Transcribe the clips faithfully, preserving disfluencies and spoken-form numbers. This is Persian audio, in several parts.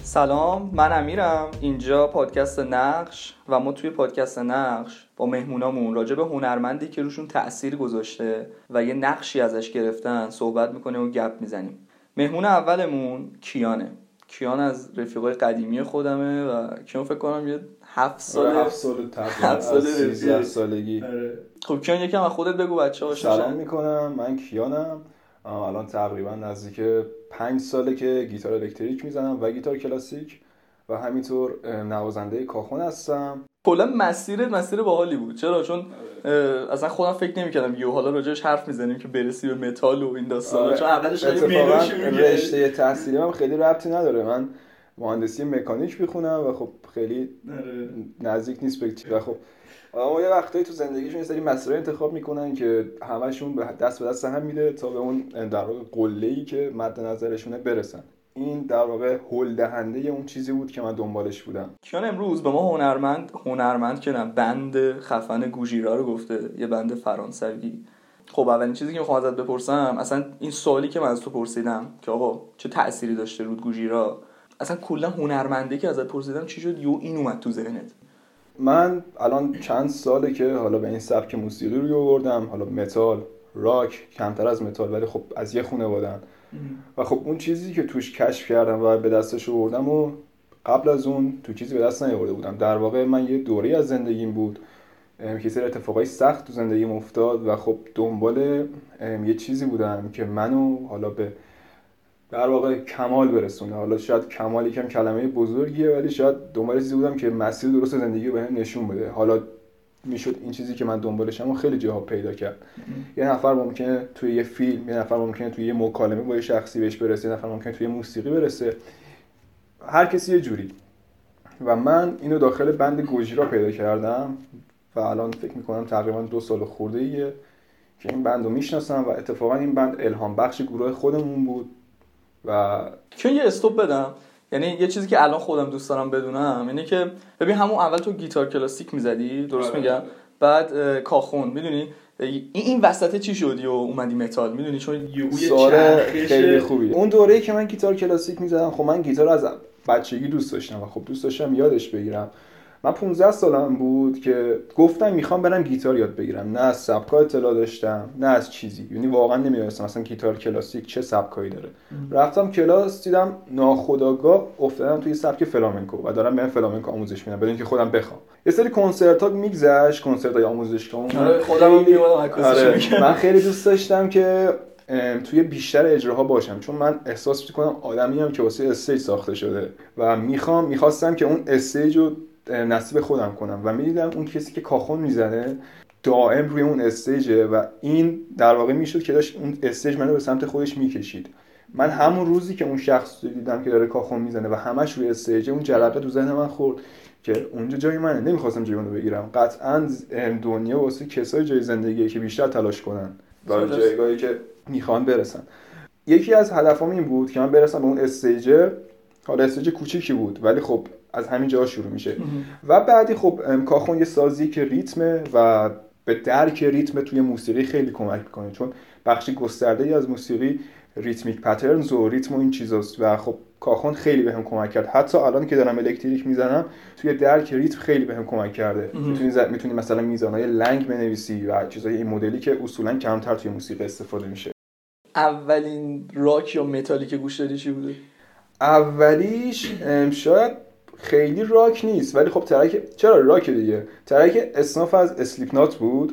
سلام، من امیرم. اینجا پادکست نقش و ما توی پادکست نقش با مهمونامون راجع به هنرمندی که روشون تأثیر گذاشته و یه نقشی ازش گرفتن صحبت میکنیم و گپ میزنیم. مهمون اولمون کیانه. کیان از رفیقای قدیمی خودمه و کیان فکر کنم یه هفت سال هفت سال تقریبا هفت سال سیزده سالگی. خب کیان یکم از خودت بگو بچه‌ها آشنا سلام میکنم، من کیانم. الان تقریبا نزدیک پنج ساله که گیتار الکتریک میزنم و گیتار کلاسیک و همینطور نوازنده کاخون هستم. کلا مسیرت مسیر باحالی بود. چرا؟ چون اصلا خودم فکر نمی‌کردم یه حالا راجعش حرف میزنیم که برسی به متال و این داستانا، چون اولش خیلی اتفاقا رشته تحصیلی من خیلی ربطی نداره. من مهندسی مکانیک میخونم و خب خیلی نزدیک نیست به و خب اما یه وقتایی تو زندگیشون یه سری مسائل انتخاب میکنن که همشون به دست به دست هم میره تا به اون در واقع قله‌ای که مد نظرشونه برسن. این در واقع هول دهنده اون چیزی بود که من دنبالش بودم. کیان امروز به ما هنرمند هنرمند که نه بند خفن گوژیرا رو گفته، یه بند فرانسوی. خب اولین چیزی که میخوام ازت بپرسم، اصلا این سوالی که من از تو پرسیدم که آقا چه تأثیری داشته رود گوژیرا، اصلا کلا هنرمنده که ازت پرسیدم چی شد یو این اومد تو ذهنت؟ من الان چند ساله که حالا به این سبک موسیقی روی آوردم، حالا متال، راک، کمتر از متال ولی خب از یه خانواده‌ام و خب اون چیزی که توش کشف کردم و به دستش آوردم و قبل از اون تو چیزی به دست نیاورده بودم. در واقع من یه دوره از زندگیم بود که سری اتفاقای سخت تو زندگیم افتاد و خب دنبال یه چیزی بودم که منو حالا به در واقع کمال برسونه. حالا شاید کمال یکم کلمه بزرگیه ولی شاید دنبال چیزی بودم که مسیر درست زندگی رو بهم نشون بده. حالا میشد این چیزی که من دنبالشم خیلی جاها پیدا کرد. یه نفر ممکنه توی یه فیلم، یه نفر ممکنه توی یه مکالمه با یه شخصی بهش برسه، یه نفر ممکنه توی موسیقی برسه، هر کسی یه جوری. و من اینو داخل بند گوژیرا پیدا کردم و الان فکر میکنم تقریبا دو سال خورده‌ایه که این بندو میشناسم و اتفاقا این بند الهام بخش گروه خودمون بود. و چون یه استوب بدم، یعنی یه چیزی که الان خودم دوست دارم بدونم اینه که ببین همون اول تو گیتار کلاسیک میزدی، درست میگم؟ بعد کاخون، میدونی این این وسطه چی شدی و اومدی متال، میدونی؟ چون یه سوال خیلی خوبیه. اون دوره‌ای که من گیتار کلاسیک میزدم، خب من گیتار از بچگی دوست داشتم و خب دوست داشتم یادش بگیرم. من پانزده سالم بود که گفتم میخوام برم گیتار یاد بگیرم. نه از سبکا اطلاع داشتم نه از چیزی، یعنی واقعا نمیدونستم اصلا گیتار کلاسیک چه سبکایی داره. رفتم کلاس، دیدم ناخودآگاه افتادم توی سبک فلامنکو و دارم من فلامنکو آموزش میدم بدون اینکه خودم بخوام. یه سری کنسرت‌ها میگذشت، کنسرت‌های آموزشگاه خودم میومدم. من خیلی دوست داشتم که توی بیشتر اجراها باشم چون من احساس می‌کنم آدمیام که واسه استیج ساخته شده و میخوام می‌خواستم که اون استیج رو نصیب خودم کنم و میدیدم اون کسی که کاخون میزنه دائم روی اون استیجه و این در واقع میشد که داشت اون استیج منو به سمت خودش میکشید. من همون روزی که اون شخص رو دیدم که داره کاخون میزنه و همش روی استیجه، اون جرقه تو ذهن من خورد که اونجا جای منه. نمیخواستم جای اونو بگیرم. قطعاً دنیا واسه کسای جای زندگیه که بیشتر تلاش کنن برای جایگاهی که میخوان برسن. یکی از هدفام این بود که من برسم به اون استیجه. حالا استیج کوچیکی بود ولی خب از همین جا شروع میشه. و بعدی خب کاخون یه سازی که ریتمه و به درک ریتم توی موسیقی خیلی کمک میکنه چون بخشی گسترده‌ای از موسیقی ریتمیک پترنز و ریتم و این چیزاست و خب کاخون خیلی بهم کمک کرد. حتی الان که دارم الکتریک میزنم توی درک ریتم خیلی بهم کمک کرده. میتونی زد... میتونی مثلا میزانهای لنگ بنویسی و چیزای این مدلی که اصولا کمتر توی موسیقی استفاده میشه. اولین راک یا متالی که گوش دادی چی بوده؟ اولیش شاید خیلی راک نیست ولی خب ترک چرا راک دیگه، ترک اسناف از اسلیپ نات بود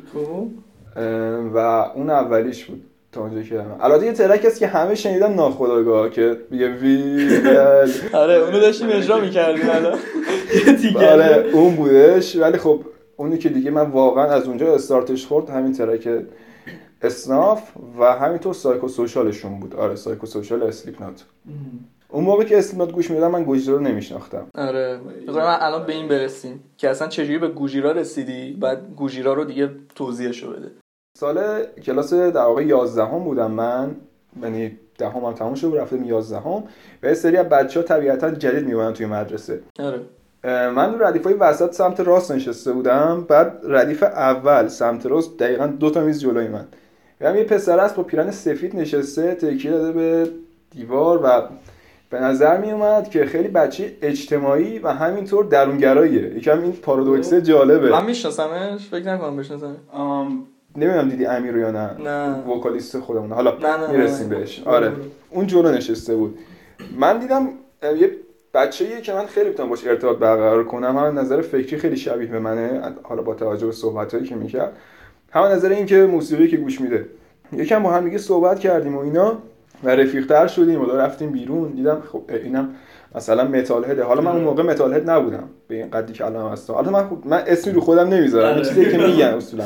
و اون اولیش بود تا اونجایی که من. البته یه ترک هست که همه شنیدن ناخودآگاه که یه ویل آره اونو داشتیم اجرا می‌کردیم الان آره اون بودش. ولی خب اونی که دیگه من واقعا از اونجا استارتش خورد همین ترک اسناف و همینطور سایکو سوشالشون بود. آره سایکو سوشال اسلیپ نات. اون موقع که اسلیپ گوش میدادم من گوژیرا رو نمیشناختم. آره بذار من الان به این برسیم که اصلا چجوری به گوژیرا رسیدی، بعد گوژیرا رو دیگه توضیحشو بده. سال کلاس در واقع یازدهم بودم من، یعنی دهم هم تموم شد رفتم یازدهم و یه سری از بچه‌ها طبیعتاً جدید میومدن توی مدرسه. آره من رو ردیفای وسط سمت راست نشسته بودم، بعد ردیف اول سمت راست دقیقاً دو تا میز جلوی من. یعنی یه پسر است با پیرن سفید نشسته تکیه داده به دیوار و به نظر می اومد که خیلی بچه اجتماعی و همینطور درونگراییه. یکم این پارادوکس جالبه. من میشناسمش، فکر نکنم بشناسم. نمیدونم دیدی امیر یا نه؟ نه. وکالیست خودمون. حالا نه نه میرسیم بهش. آره. اون جلو نشسته بود. من دیدم یه بچه‌ایه که من خیلی بتونم باش ارتباط برقرار کنم. هم نظر فکری خیلی شبیه به منه، حالا با توجه به صحبتایی که میکرد. هم نظر این که موسیقی که گوش میده. یکم با هم دیگه صحبت کردیم و اینا و رفیق‌تر شدیم و رفتیم بیرون. دیدم خب اینم مثلا متال هده. حالا من اون موقع متال هد نبودم به این قدری که الان هستم. حالا من خب من اسمی رو خودم نمیذارم، این چیزی که میگن اصولا.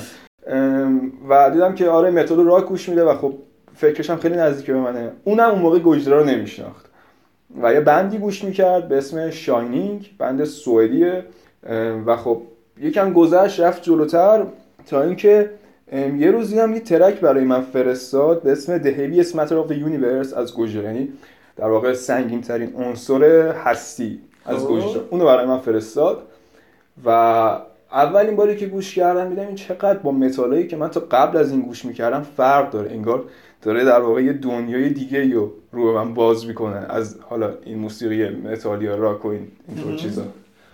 و دیدم که آره متال و راک گوش میده و خب فکرش هم خیلی نزدیک به منه. اونم اون موقع گوجرا رو نمیشناخت و یه بندی گوش میکرد به اسم شاینینگ، بند سوئدیه. و خب یکم گذشت رفت جلوتر تا اینکه یه روز دیدم یه ترک برای من فرستاد به اسم The Heaviest Matter of the Universe از گوجرا، یعنی در واقع سنگین ترین عنصر هستی از گوجرا. اونو برای من فرستاد و اولین باری که گوش کردم دیدم این چقدر با متالایی که من تا قبل از این گوش میکردم فرق داره. انگار داره در واقع یه دنیای دیگه رو رو به من باز میکنه از حالا این موسیقی متال یا راک و این اینطور چیزا.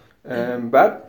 بعد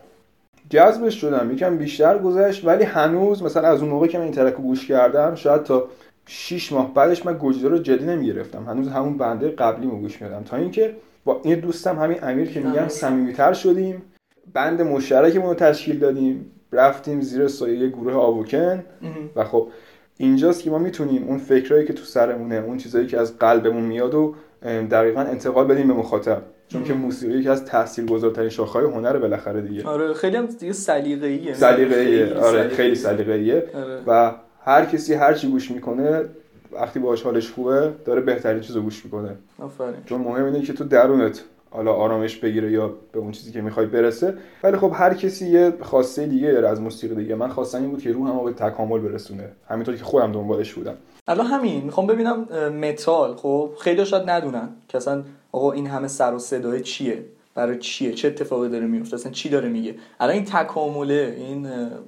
جذبش شدم، یکم بیشتر گذشت ولی هنوز مثلا از اون موقع که من این ترک رو گوش کردم شاید تا شش ماه بعدش من گوجرا رو جدی نمیگرفتم، هنوز همون بنده قبلیمو گوش میدم تا اینکه با این دوستم همین امیر که میگم صمیمیت‌تر شدیم، بند مشترکمون رو تشکیل دادیم، رفتیم زیر سایه گروه آووکن و خب اینجاست که ما میتونیم اون فکرایی که تو سرمونه، اون چیزایی که از قلبمون میاد و دقیقاً انتقال بدیم به مخاطب، چون که موسیقی یکی از تاثیرگذارترین شاخه‌های هنر بالاخره دیگه. آره خیلی هم دیگه سلیقه‌ایه. سلیقه‌ایه آره خیلی سلیقه‌ایه و هر کسی هر چی گوش میکنه وقتی باهاش حالش خوبه داره بهترین چیزو گوش میکنه. آفرین. چون مهم اینه که تو درونت حالا آرامش بگیره یا به اون چیزی که میخوای برسه. ولی خب هر کسی یه خواسته دیگه داره از موسیقی دیگه. من خواستم این بود که روحم رو به تکامل برسونه، همینطوری که خودم دنبالش بودم. الان همین میخوام ببینم متال، خب خیلی شاید ندونن که اصلا آقا این همه سر و صدای چیه، برای چیه، چه اتفاقی داره میفته، اصلا چی داره میگه. الان این تکامله، این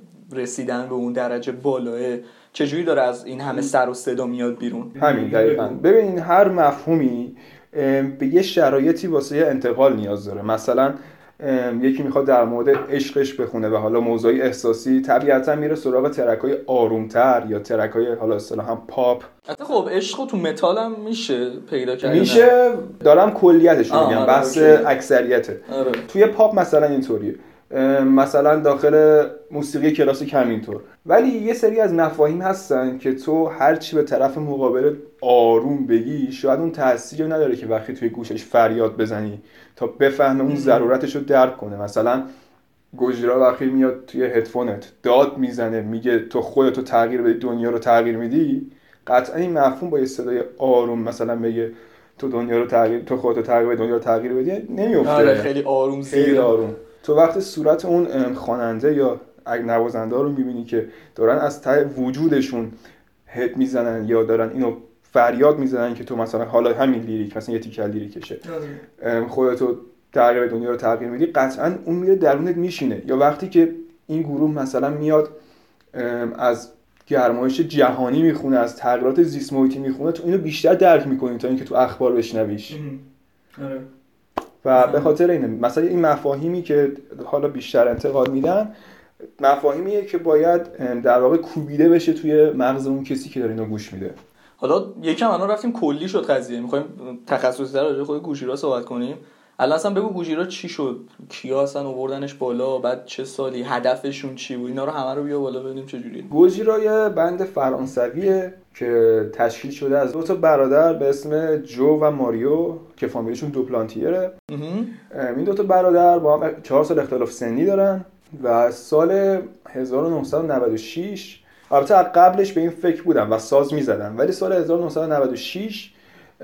رسیدن به اون درجه بالاه چجوری داره از این همه سر و صدا میاد بیرون؟ همین دقیقاً. ببین هر مفهومی به یه شرایطی واسه انتقال نیاز داره. مثلا یکی میخواد در مورد عشقش بخونه و حالا موضوعی احساسی، طبیعتا میره سراغ ترکای آرومتر یا ترکای حالا اصطلاحاً پاپ. حتی خب عشق تو متال هم میشه پیدا کردن. میشه، دارم کلیتش رو میگم، بحث اکثریته. آره. توی پاپ مثلا اینطوریه، مثلا داخل موسیقی کلاسیک همینطور. ولی یه سری از مفاهیم هستن که تو هر چی به طرف مقابل آروم بگی شاید اون تأثیری نداره که وقتی توی گوشش فریاد بزنی تا بفهمه اون ضرورتش رو درک کنه. مثلا گوجرا وقتی میاد توی هدفونت داد میزنه میگه تو خودتو تغییر بدی، دنیا رو تغییر میدی، قطعا این مفهوم با یه صدای آروم مثلا بگه تو دنیا رو تغییر، تو خودتو تغییر بدی، دنیا رو تغییر بدی، نمیفته. آره خیلی آروم زیر. خیلی آروم. تو وقتی صورت اون خواننده یا نوازنده رو میبینی که دارن از ته وجودشون هد میزنن یا دارن اینو فریاد میزنن که تو مثلا حالا همین لیریک مثلا یه تیکه لیریکشه خودتو تغییر دنیا رو تغییر میدی، قطعا اون میره درونت میشینه. یا وقتی که این گروه مثلا میاد از گرمایش جهانی میخونه، از تغییرات زیست محیطی میخونه، تو اینو بیشتر درک میکنی تا اینکه تو اخبار بشنویش. آره. و به خاطر اینه مثلا این مفاهیمی که حالا بیشتر انتقال میدن مفاهیمیه که باید در واقع کوبیده بشه توی مغز اون کسی که داره اینو گوش میده. حالا یکم الان رفتیم کلی شد قضیه، میخوایم تخصصی تر راجع به خود گوجرا صحبت کنیم. الان اصلا بگو گوجرا چی شد، کیا اصلا آوردنش بالا، بعد چه سالی، هدفشون چی بود، اینا رو همه رو بیا بالا ببینیم چه جوریه. گوجرا یه بند فرانسویه که تشکیل شده از دو تا برادر به اسم جو و ماریو که فامیلیشون دوپلانتیره. این دو تا برادر با هم چهار سال اختلاف سنی دارن و سال هزار و نهصد و نود و شش البته قبلش به این فکر بودن و ساز میزدن، ولی سال هزار و نهصد و نود و شش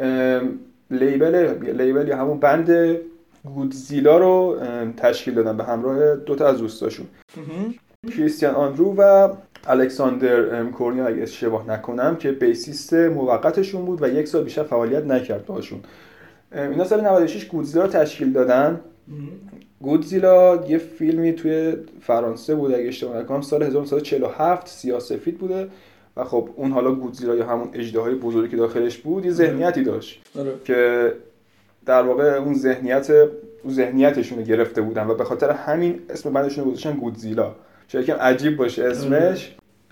لیبل لیبل یا همون بند گودزیلا رو تشکیل دادن به همراه دو تا از دوستاشون، کریستیان آندرو و الکساندر کورنیا اگه اشتباه نکنم، که بیسیست موقتشون بود و یک سال بیشتر فعالیت نکرد باهاشون. اینا سال نود و شش گودزیلا رو تشکیل دادن. گودزیلا یه فیلمی توی فرانسه بود اگه اشتباه نکنم، سال هزار و نهصد و چهل و هفت سیاه‌سفید بوده و خب اون حالا گودزیلا یا همون اژدهای بزرگی که داخلش بود یه ذهنیتی داشت که در واقع اون ذهنیت اون ذهنیتشون رو گرفته بودن و به خاطر همین اسم بندشون رو گذاشتن گودزیلا. شاید یکم عجیب باشه اسمش.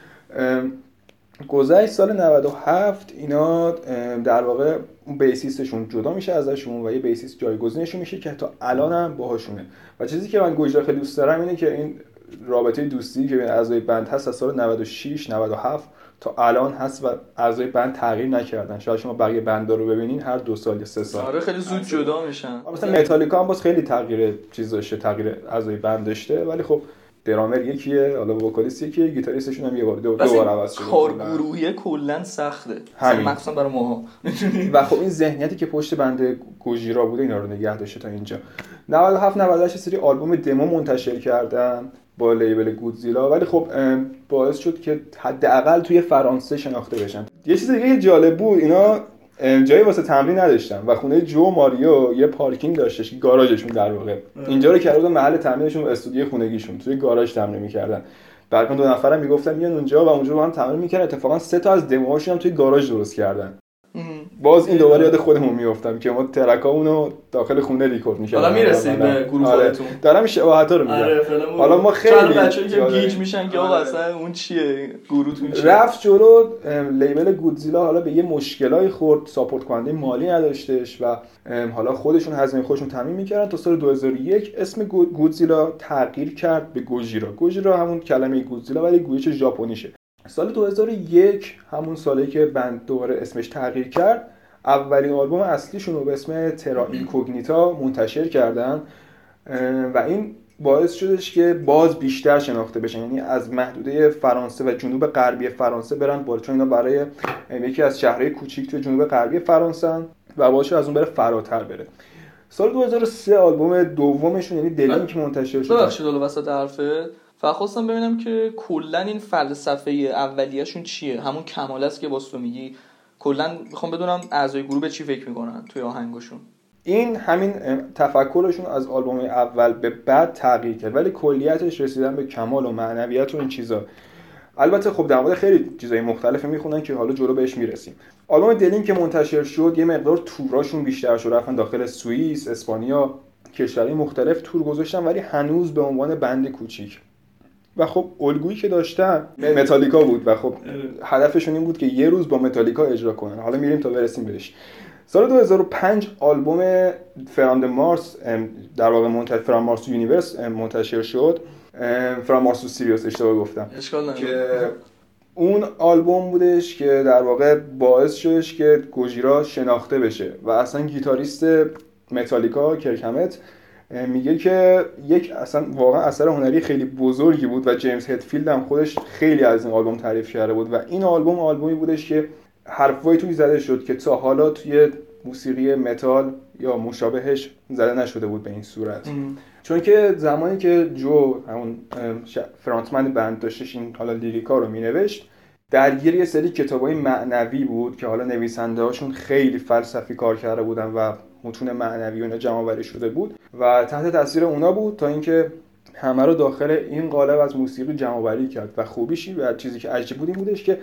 گذشت سال نود و هفت اینا در واقع اون بیسیستشون جدا میشه ازشون و یه بیسیست جایگزینشون میشه که تا الان هم باهاشونه. و چیزی که من گوجرا خیلی دوست دارم اینه که این رابطه دوستی که بین اعضای بند هست از سال نود و شش نود و هفت تا الان هست و اعضای بند تغییر نکردن. شاید شما بقیه بندا رو ببینین هر دو سال یا سه سال آره خیلی زود جدا میشن. مثلا متالیکا هم باز خیلی تغییر چیز داشته، تغییر اعضای بند داشته، ولی خب درامر یکیه، حالا وکالیست یکیه، گیتاریستشون هم یه بار دو, دو بار عوض شده. کار گروهی کلا سخته مخصوصا برای ماها. و خب این ذهنیتی که پشت بند گوجیرا بوده اینا رو نگه داشته تا اینجا. نود و هفت نود و هشت سری آلبوم دمو منتشر کردن با لیبل گودزیلا، ولی خب باعث شد که حداقل توی فرانسه شناخته بشن. یه چیز دیگه جالب بود، اینا جایی واسه تمرین نداشتن و خونه جو و ماریو یه پارکینگ داشتش که گاراژشون در واقع اینجا رو کرده بودن محل تمرینشون و استودیو خونگیشون، توی گاراژ تمرین می‌کردن. بعد دو نفرم میگفتن میان اونجا و اونجا با هم تمرین می‌کردن. اتفاقا سه تا از دموهاشون هم توی گاراژ درست کردن. باز این دوباره یاد خودمون میافتم که ما ترکامونو داخل خونه ریکورد می‌کردیم. حالا میرسیم به گروه خودتون. دارم شباهت‌ها رو میگم. آره حالا ما خیلی بچه‌ای که گیج میشن که آقا اصلا اون چیه؟ گروهتون چیه؟ رفت جلو لیبل گودزیلا حالا به یه مشکلای خورد، ساپورت کننده مالی نداشتش و حالا خودشون هزینه خودشون تامین می‌کردن. تا سال دو هزار و یک اسم گودزیلا تغییر کرد به گوجیرا. گوجیرا همون کلمه گودزیلا ولی گویش ژاپنیشه. سال دو هزار و یک همون سالی که بند دوباره اسمش تغییر کرد، اولین آلبوم اصلیشون رو به اسم ترا اینکوگنیتا منتشر کردن و این باعث شدش که باز بیشتر شناخته بشن، یعنی از محدوده فرانسه و جنوب غربی فرانسه برن بالا، چون اینا برای یکی از شهرهای کوچیک تو جنوب غربی فرانسه و باشه از اون بره فراتر بره. سال دو هزار و سه آلبوم دومشون یعنی دلینک منتشر شد. ببخشید اول وسط حرفه فقط خواستم ببینم که کلا این فلسفه اولیه‌شون چیه، همون کمال است که واسه میگی. کلا میخوام بدونم اعضای گروه به چی فکر میکنن توی آهنگشون. این همین تفکرشون از آلبوم اول به بعد تغییر کرد، ولی کلیتش رسیدن به کمال و معنویت و این چیزا. البته خب در مورد خیلی چیزای مختلفی میخونن که حالا جلو بهش میرسیم. آلبوم دلین که منتشر شد یه مقدار توراشون بیشتر شد، رفتن داخل سوئیس، اسپانیا، کشورهای مختلف تور گذاشتن، ولی هنوز به عنوان بند کوچیک. و خب الگویی که داشتن متالیکا بود و خب هدفشون این بود که یه روز با متالیکا اجرا کنن. حالا میریم تا برسیم بهش. سال دو هزار و پنج آلبوم فرام مارس در واقع منتشر فرام مارس یونیورس منتشر شد. فرام مارس تو سیریوس اشتباه گفتم. اشکال نداره. که اون آلبوم بودش که در واقع باعث شدش که گوجیرا شناخته بشه و اصلا گیتاریست متالیکا کرکمت میگه که یک اصلا واقعا اثر هنری خیلی بزرگی بود و جیمز هدفیلد هم خودش خیلی از این آلبوم تعریف کرده بود و این آلبوم آلبومی بودش که حرفایی توی زده شد که تا حالا توی موسیقی متال یا مشابهش زده نشده بود به این صورت. ام. چون که زمانی که جو همون فرانتمن بند داشتش این حالا لیریکا رو مینوشت، درگیر یه سری کتابای معنوی بود که حالا نویسنده هاشون خیلی فلسفی کار کرده بودن و متون معنوی اینا جمع آوری شده بود و تحت تاثیر اونا بود تا اینکه همه رو داخل این قالب از موسیقی جمع آوری کرد. و خوبیشی و چیزی که عجیب بود این بودش که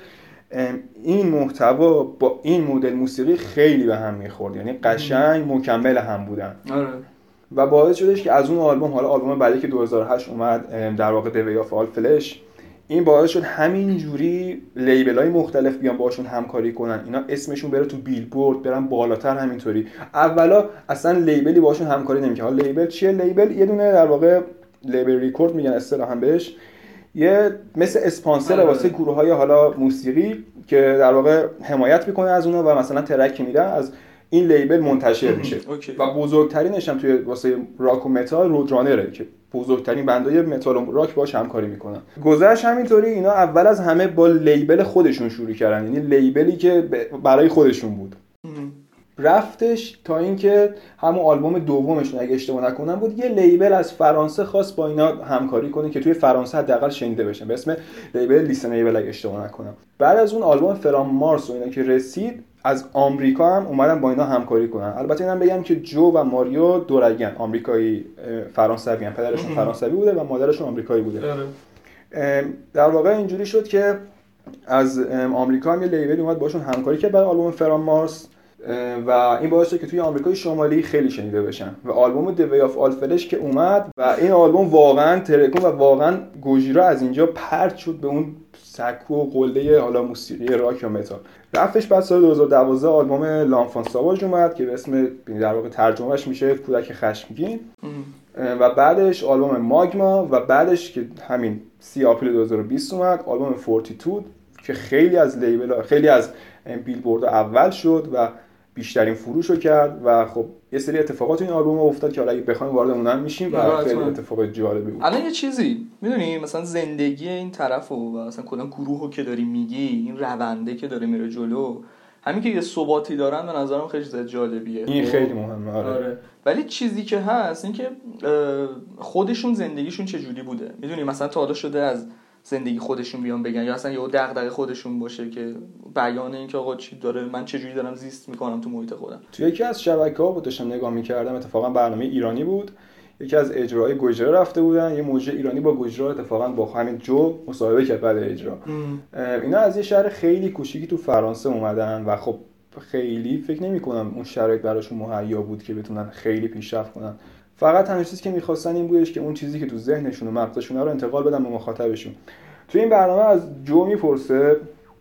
این محتوا با این مدل موسیقی خیلی به هم میخورد، یعنی قشنگ مکمل هم بودن. آره. و باعث شدش که از اون آلبوم، حالا آلبوم بعدی که دو هزار و هشت اومد در واقع The Way of All Flesh، این باعث شد همین جوری لیبل‌های مختلف بیان باشون همکاری کنن، اینا اسمشون بره تو بیلبورد، برن بالاتر. همینطوری اولا اصلا لیبلی باشون همکاری نمی‌کنه. حالا لیبل چیه؟ لیبل یه دونه در واقع لیبل ریکورد میگن اصطلاحاً بهش، یه مثل اسپانسر واسه گروه‌های حالا موسیقی که در واقع حمایت میکنه از اونها و مثلا ترک میده از این لیبل منتشر میشه. و بزرگترینش هم توی واسه راک و متال رودرانره که بزرگترین بندای متال و راک باش همکاری میکنن. گذشت همینطوری اینا اول از همه با لیبل خودشون شروع کردن، یعنی لیبلی که برای خودشون بود. رفتش تا اینکه همون آلبوم دومشون اگه اشتباه نکنم بود یه لیبل از فرانسه خواست با اینا همکاری کنه که توی فرانسه حداقل شنیده بشن به اسم لیبل لیسنیبل اگه اشتباه نکنم. بعد از اون آلبوم فرام مارس و اینا که رسید از آمریکا هم اومدن با اینا همکاری کنن. البته اینم بگم که جو و ماریو دورگن، آمریکایی فرانسوی ان، پدرشون فرانسوی بوده و مادرشون آمریکایی بوده. در واقع اینجوری شد که از آمریکا هم یه لیبل اومد باشون همکاری کرد برای آلبوم فرام مارس. و این باعث شد که توی آمریکای شمالی خیلی شنیده بشن و آلبوم The Way of All Flesh که اومد و این آلبوم واقعا ترکون و واقعا گوجیرا از اینجا پرت شد به اون سکو و قله حالا موسیقی راک یا متال. رفتش بعد سال دو هزار و دوازده آلبوم لانفان ساواژ اومد که به اسم در واقع ترجمهش میشه کودک خشمگین و بعدش آلبوم ماگما و بعدش که همین سی آپریل دو هزار و بیست اومد آلبوم فورتیتود که خیلی از لیبل خیلی از بیلبورد اول شد و بیشترین فروش رو کرد و خب یه سری اتفاقات این آلبوم افتاد که حالا اگه بخوایم وارد اونم میشیم و خیلی اتفاق جالبی بود. الان یه چیزی میدونی مثلا زندگی این طرفو و مثلا کلا گروهو که داری میگی این رونده که داره میره جلو همین که یه ثباتی دارن به نظرم خیلی زیاد جالبیه. این خیلی مهمه. آره. آره. ولی چیزی که هست این که خودشون زندگیشون چه جوری بوده. میدونی مثلا تا حالا شده از زندگی خودشون بیان بگن یا اصلا یه دغدغه خودشون باشه که بیان این که آقا چی داره من چه جوری دارم زیست میکنم تو محیط خودم. تو یکی از شبکه‌ها بود داشتم نگاه می‌کردم اتفاقا برنامه ایرانی بود یکی از اجرای گوجرا رفته بودن یه موجه ایرانی با گوجرا اتفاقا با همین جو مصاحبه کرد بعد اجرا. اینا از یه شهر خیلی کوچیکی تو فرانسه اومدن و خب خیلی فکر نمی‌کنم اون شرایط براشون مهیا بود که بتونن خیلی پیشرفت کنن. فقط همین چیزی که می‌خواستن این بودش که اون چیزی که تو ذهنشون و مغزشون رو انتقال بدن به مخاطبشون. تو این برنامه از جو میپرسه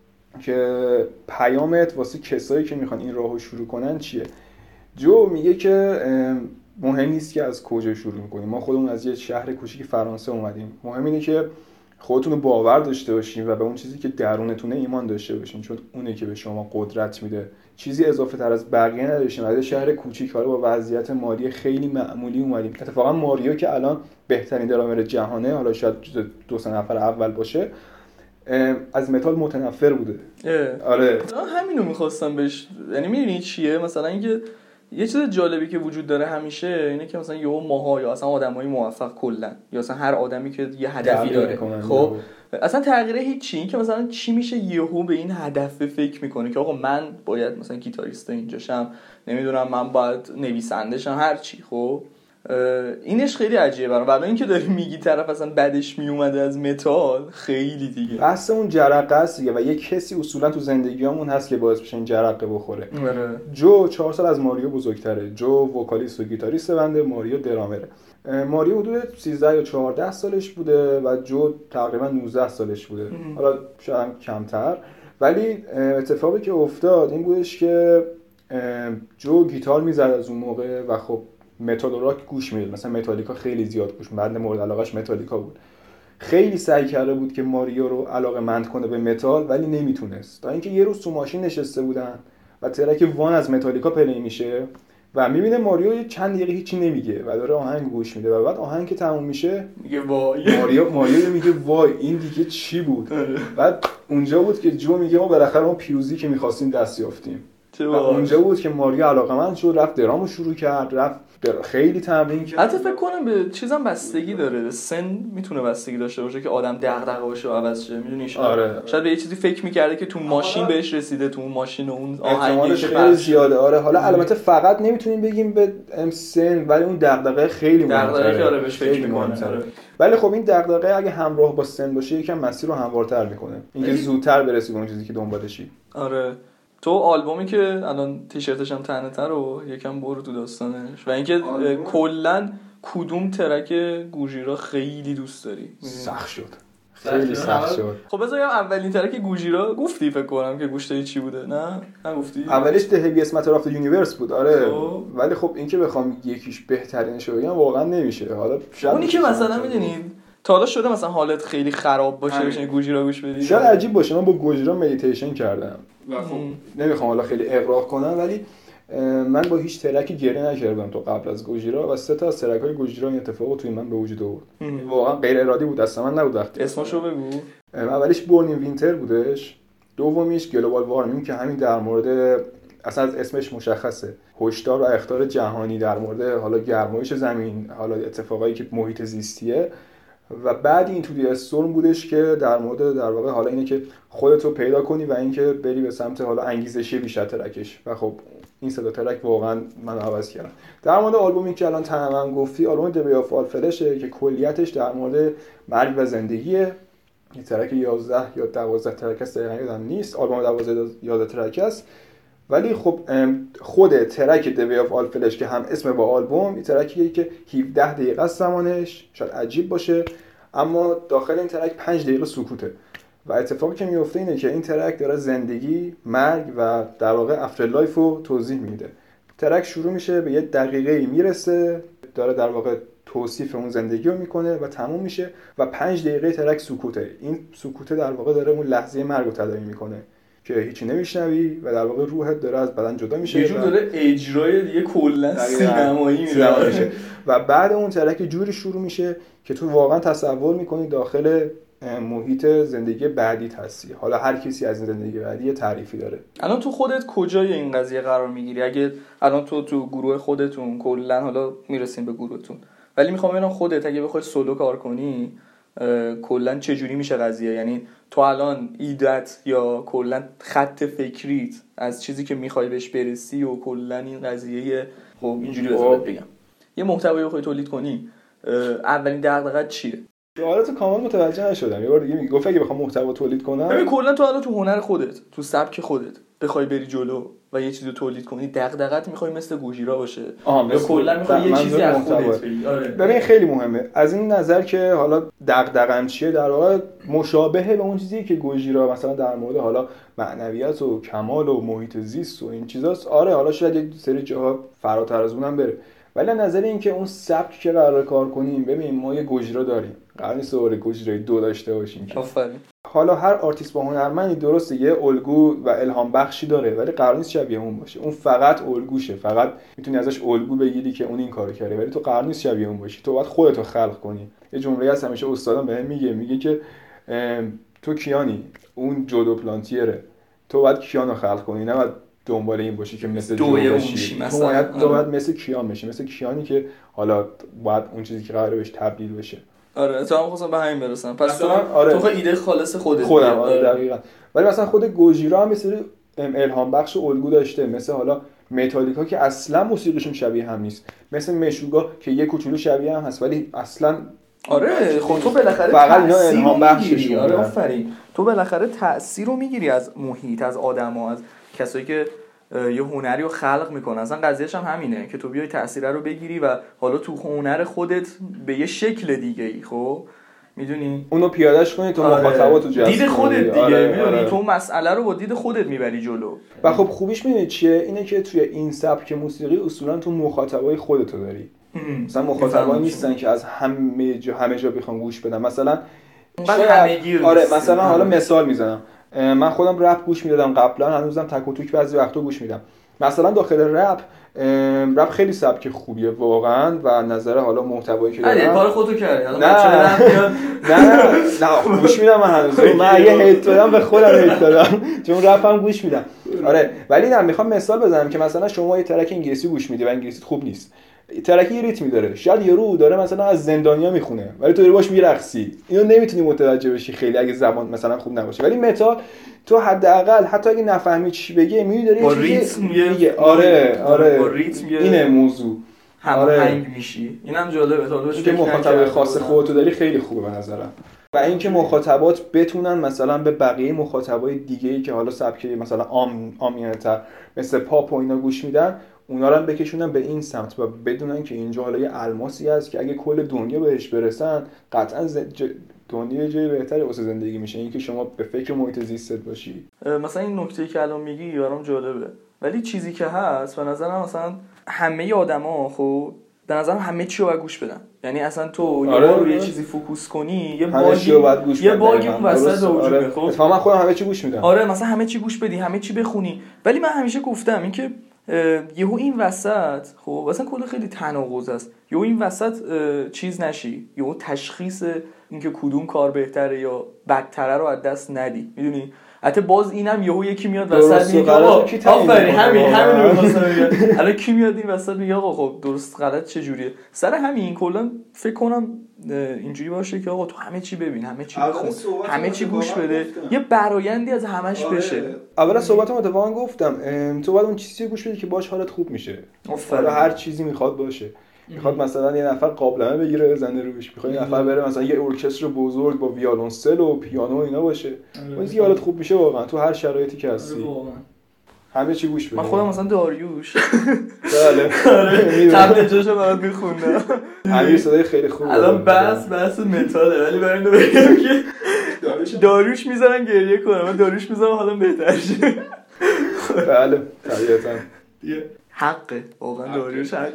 که پیامت واسه کسایی که میخوان این راهو شروع کنن چیه. جو میگه که مهم نیست که از کجا شروع میکنیم، ما خودمون از یه شهر کوچیک فرانسه اومدیم، مهم اینه که خودتون رو باور داشته باشین و به اون چیزی که درونتونه ایمان داشته باشین، چون اونه که به شما قدرت میده. چیزی اضافه تر از بقیه نداشتیم. از شهر کوچیک حالا با وضعیت مالی خیلی معمولی اومدیم. اتفاقا ماریو که الان بهترین درامر جهانه، حالا شاید دو سه نفر اول باشه، از متال متنفر بوده. آره همینو می‌خواستم بهش، یعنی می‌دونی چیه مثلا اینکه یه چیز جالبی که وجود داره همیشه اینه که مثلا یهو ماها یا اصلا آدمای موفق کلا یا اصلا هر آدمی که یه هدفی داره خب اصلا تغییر هیچی، این که مثلا چی میشه یهو به این هدف فکر میکنه که آقا من باید مثلا گیتاریست اینجاشم، نمیدونم من باید نویسنده شم، هر چی. خب اینش خیلی عجیبه برام. ولی اینکه داری میگی طرف اصلا بدش میومده از متال خیلی دیگه بحث اون جرقه است دیگه و یه کسی اصولا تو زندگیامون هست که باعث بشه این جرقه بخوره. مره. جو چهار سال از ماریو بزرگتره. جو وکالیست و گیتاریست بنده، ماریو درامره. ماریو حدود سیزده یا چهارده سالش بوده و جو تقریبا نوزده سالش بوده. حالا شاید کمتر، ولی اتفاقی که افتاد این بودش که جو گیتار میزد از اون موقع و خب متال و راک گوش میداد. مثلا متالیکا خیلی زیاد گوش میداد، مورد علاقهش متالیکا بود. خیلی سعی کرده بود که ماریو رو علاقه‌مند کنه به متال ولی نمیتونست. تا اینکه یه روز تو ماشین نشسته بودن و ترک وان از متالیکا پلی میشه و میبینه ماریو یه چند دقیقه هیچی نمیگه و داره آهنگ گوش میده و بعد آهنگ که تموم میشه میگه وای. ماریو ماریو میگه وای این دیگه چی بود؟ بعد اونجا بود که جو میگه ما بالاخره ما پیروزی که می‌خواستیم دست یافتیم. و اونجا بود که ماریو علاقه‌مند شد، رفت درامو شروع کرد، رفت خیلی تمرین کرد. حتی فکر کنم به چیزام بستگی داره، سن میتونه بستگی داشته باشه که آدم دغدغه باشه و عوض شه. میدونی شاید آره. شاید به یه چیزی فکر می‌کرده که تو ماشین بهش رسیده، تو اون ماشین و اون آهنگی که خیلی زیاده. آره حالا البته فقط نمیتونیم بگیم به سن، ولی اون دغدغه خیلی مهمه. دغدغه که آره بهش فکر می‌کنه. ولی خب این دغدغه اگه همراه با سن باشه یکم مسیر رو هموارتر می‌کنه. اینکه زودتر برسی به اون چیزی که دنبالشی. آره. تو آلبومی که الان تیشرتش هم تنته رو یکم برو تو داستانش و اینکه کلا کدوم ترک گوجیرا خیلی دوست داری؟ سخت شد. خیلی سخت شد. خب بذار اولین ترک گوجیرا گفتی فکر کنم که گوش دادی چی بوده؟ نه نگفتی؟ اولش ده هیوی اسمت رافت یونیورس بود. آره خب. ولی خب اینکه بخوام یکیش بهترینش رو بگم واقعا نمیشه. حالا اونی که مثلا میدونید تا حالا شده مثلا حالت خیلی خراب باشه بشین گوجیرا گوش بدی؟ شاید عجیب باشه، من با گوجیرا مدیتیشن کردم و خب نمیخوام حالا خیلی اغراق کنم ولی من با هیچ ترکی گره نکردم تو قبل از گوجیرا و سه تا از ترک‌های گوجیرا این اتفاقو توی من به وجود آورد. واقعا غیر ارادی بود، اصلا من نبود. وقتی اسمشو بگو. اولیش بورن این وینتر بودش، دومیش گلوبال وارمینگ که همین در مورد اصلا از اسمش مشخصه هشدار و اخطار جهانی در مورد حالا گرمایش زمین، حالا اتفاقایی که محیط زیستیه، و بعد این تو دی استورم بودش که در مورد در واقع حالا اینه که خودت رو پیدا کنی و اینکه بری به سمت حالا انگیزشی بیشتر ترکش و خب این سه تا ترک واقعا من عوض کردم. در مورد آلبومی که الان تمام گفتی آلبوم The Way of All Flesh که کلیتش در مورد مرگ و زندگیه. این ترک یازده یا دوازده ترک است دقیقاً یادم نیست، آلبوم دوازده یازده ترک است ولی خب خود ترک The Way of All Flesh که هم اسم با آلبوم، این ترکیه که هفده دقیقه است زمانش، شاید عجیب باشه اما داخل این ترک پنج دقیقه سکوته و اتفاقی که میفته اینه که این ترک داره زندگی، مرگ و در واقع افتر لایف رو توضیح میده. ترک شروع میشه به یه دقیقه‌ای میرسه، داره در واقع توصیف اون زندگی رو میکنه و تموم میشه و پنج دقیقه ترک سکوته. این سکوته در واقع داره اون لحظه مرگ رو تداعی میکنه که هیچی نمیشنوی و در واقع روحت داره از بدن جدا میشه. یه جور داره اجرای دیگه کلا سینمایی میشه و بعد اون ترک جوری شروع میشه که تو واقعا تصور میکنی داخل محیط زندگی بعدی هستی. حالا هر کسی از این زندگی بعدی یه تعریفی داره. الان تو خودت کجای این قضیه قرار میگیری؟ اگه الان تو تو گروه خودتون کلا، حالا میرسیم به گروهتون، ولی میخوام ببینم خودت اگه بخوای سولو کار کنی کلا چه جوری میشه قضیه؟ یعنی تو الان ایدت یا کلا خط فکریت از چیزی که میخوای بهش برسی و کلا این قضیه، خب اینجوری بذارت بگم یه محتوایی بخوای تولید کنی، اولین دغدغه‌ت چیه؟ حالا تو کامل متوجه نشدم. یه بار دیگه میگم اگه بخوام محتوا تولید کنم، ببین کلا تو الان تو هنر خودت، تو سبک خودت بخوای بری جلو و یه چیزی رو تولید کنی، دغدغت میخوای مثل گوجیرا باشه یا کلا میخوای یه چیزی از خودت بگی؟ آره ببین خیلی مهمه از این نظر که حالا دغدغم چیه، در واقع مشابهه به اون چیزی که گوجیرا مثلا در مورد حالا معنویات و کمال و محیط زیست و این چیزاست. آره حالا شاید یه سری جاها فراتر از اونم بره، ولی از نظر این که اون سبک که قرار کار کنیم، ببین ما یه گوجیرا داریم، قرار نیست دوباره گوجیرای دو داشته باشیم. آفرین. حالا هر آرتیست با هنرمندی درسته یه الگو و الهام بخشی داره، ولی قرار نیست شبیه اون باشه. اون فقط الگوشه، فقط میتونی ازش الگو بگیری که اون این کارو کرده، ولی تو قرار نیست شبیه اون باشی. تو باید خودتو خلق کنی. یه جمله هست همیشه استادم بهم میگه، میگه که تو کیانی، اون جودو پلانتیره، تو باید کیانو خلق کنی، نه باید دنبال این باشی که مثل جو باشی. تو باید تو باید مثل کیان بشی، مثل کیانی که حالا باید اون چیزی که قراره بهش تبدیل بشه. آره تو هم خواستم به همین برسم. پس تو آره. تو خود ایده خالص خودت خودم. آره دقیقاً. ولی مثلا خود گوجیرا هم مثل الهام بخش و الگو داشته، مثل حالا متالیکا که اصلا موسیقیشون شبیه هم نیست، مثل مشوگا که یه کوچولو شبیه هم هست ولی اصلا آره خب تو بالاخره فقط اینا الهام بخششون. آره آفرین. تو بالاخره تأثیر رو میگیری از محیط، از آدما، از کسایی که یه هنری رو خلق میکنن. اصلا قضیهش هم همینه که تو بیای تأثیر رو بگیری و حالا تو هنر خودت به یه شکل دیگه ای خب میدونی اونو پیادهش کنی، تو آره. مخاطباتو جذب دید خودت دیگه. آره. میدونی آره. تو مسئله رو با دید خودت میبری جلو. و خب خوبیش میدونی چیه؟ اینه که توی این سبک موسیقی اصولا تو مخاطبای خودتو داری. مثلا مخاطبایی نیستن که از همه جا همه جا بخوام گوش بدم. مثلا شاید آره مثلا حالا مثال میزنم، من خودم رپ گوش میدادم قبلا، هنوزم تک و توک بعضی وقتا گوش میدم. مثلا داخل رپ رپ خیلی سبک خوبیه واقعا و نظر حالا محتوایی که دارم. آره کار خودتو کردی. نه نه نه گوش میدم من هنوز. من یه هیت دادم به خودم هیت دادم چون رپ هم گوش میدم. آره ولی نه میخوام مثال بزنم که مثلا شما یه ترک انگلیسی گوش میدی و انگلیسیت خوب نیست، ترکی یه ریتمی داره، شاید یارو داره مثلا از زندانیا میخونه ولی تو داری باش میرقصی، اینو نمیتونی متوجه بشی خیلی اگه زبان مثلا خوب نباشه. ولی متال تو حداقل حتی اگه نفهمی چی بگه میدونی با ریتم میگه. آره آره با ریتم اینه موضوع هماهنگ میشی. اینم جالبه تا بهش که مخاطب خاص خودتو داری خیلی خوبه به نظرم. و اینکه مخاطبات بتونن مثلا به بقیه مخاطبای دیگه‌ای که حالا سبک مثلا عام عامیانه‌تر مثل پاپ و اینا گوش میدن، اونا رو هم بکشونن به این سمت و بدونن که اینجا حالا یه الماسی هست که اگه کل دنیا بهش برسن قطعا ز... ج... دنیا جای بهتری واسه زندگی میشه. اینکه شما به فکر محیط زیستت باشی. مثلا این نکته‌ای که الان میگی برام جالبه، ولی چیزی که هست به نظرم مثلا همه آدما خب به نظرم همه چی رو باید گوش بدن. یعنی اصلا تو آره یه بار آره. یه چیزی فوکوس کنی یه باگی یه باگی اون وسط وجود میاد. خب اتفاقا من خودم همه چی گوش میدم. آره مثلا همه چی گوش بدی، همه چی بخونی. ولی من همیشه گفتم اینکه یهو این وسط خب مثلا کلا خیلی تناقض است. یهو این وسط چیز نشی، یهو تشخیص اینکه کدوم کار بهتره یا بدتره رو از دست ندی. میدونی حتی باز اینم یهو یکی میاد وسط میگه آقا آفرین همین همین رو می‌خواستم بگم. الان کی میاد این وسط میگه آقا خب درست غلط چه جوریه؟ سر همین کلا فکر کنم اینجوری باشه که آقا تو همه چی ببین، همه چی بخون، همه چی گوش بده، یه برایندی از همش آره. بشه. اولا صحبتم اتفاقا گفتم تو باید اون چیزی گوش بدی که باهاش حالت خوب میشه. حالا هر چیزی میخواد باشه. میخواد مثلا یه نفر قابلمه بگیره بزنه روش، میخواد یه نفر بره مثلا یه ارکستر بزرگ با ویولنسل و پیانو و اینا باشه. اون چیزی حالت خوب میشه واقعا تو هر شرایطی که هستی. همه چی گوش بدیم. من خودم مثلا داریوش بله قبل جاشو برات میخوندم. امیر صدای خیلی خوبه. الان بحث بحث متاله ولی برای اینو بگم که داریوش میذارن گریه کنم، من داریوش میذارم حالا بهتر شه. بله طبیعتاً دیگه حقه واقعا داریوش حقه.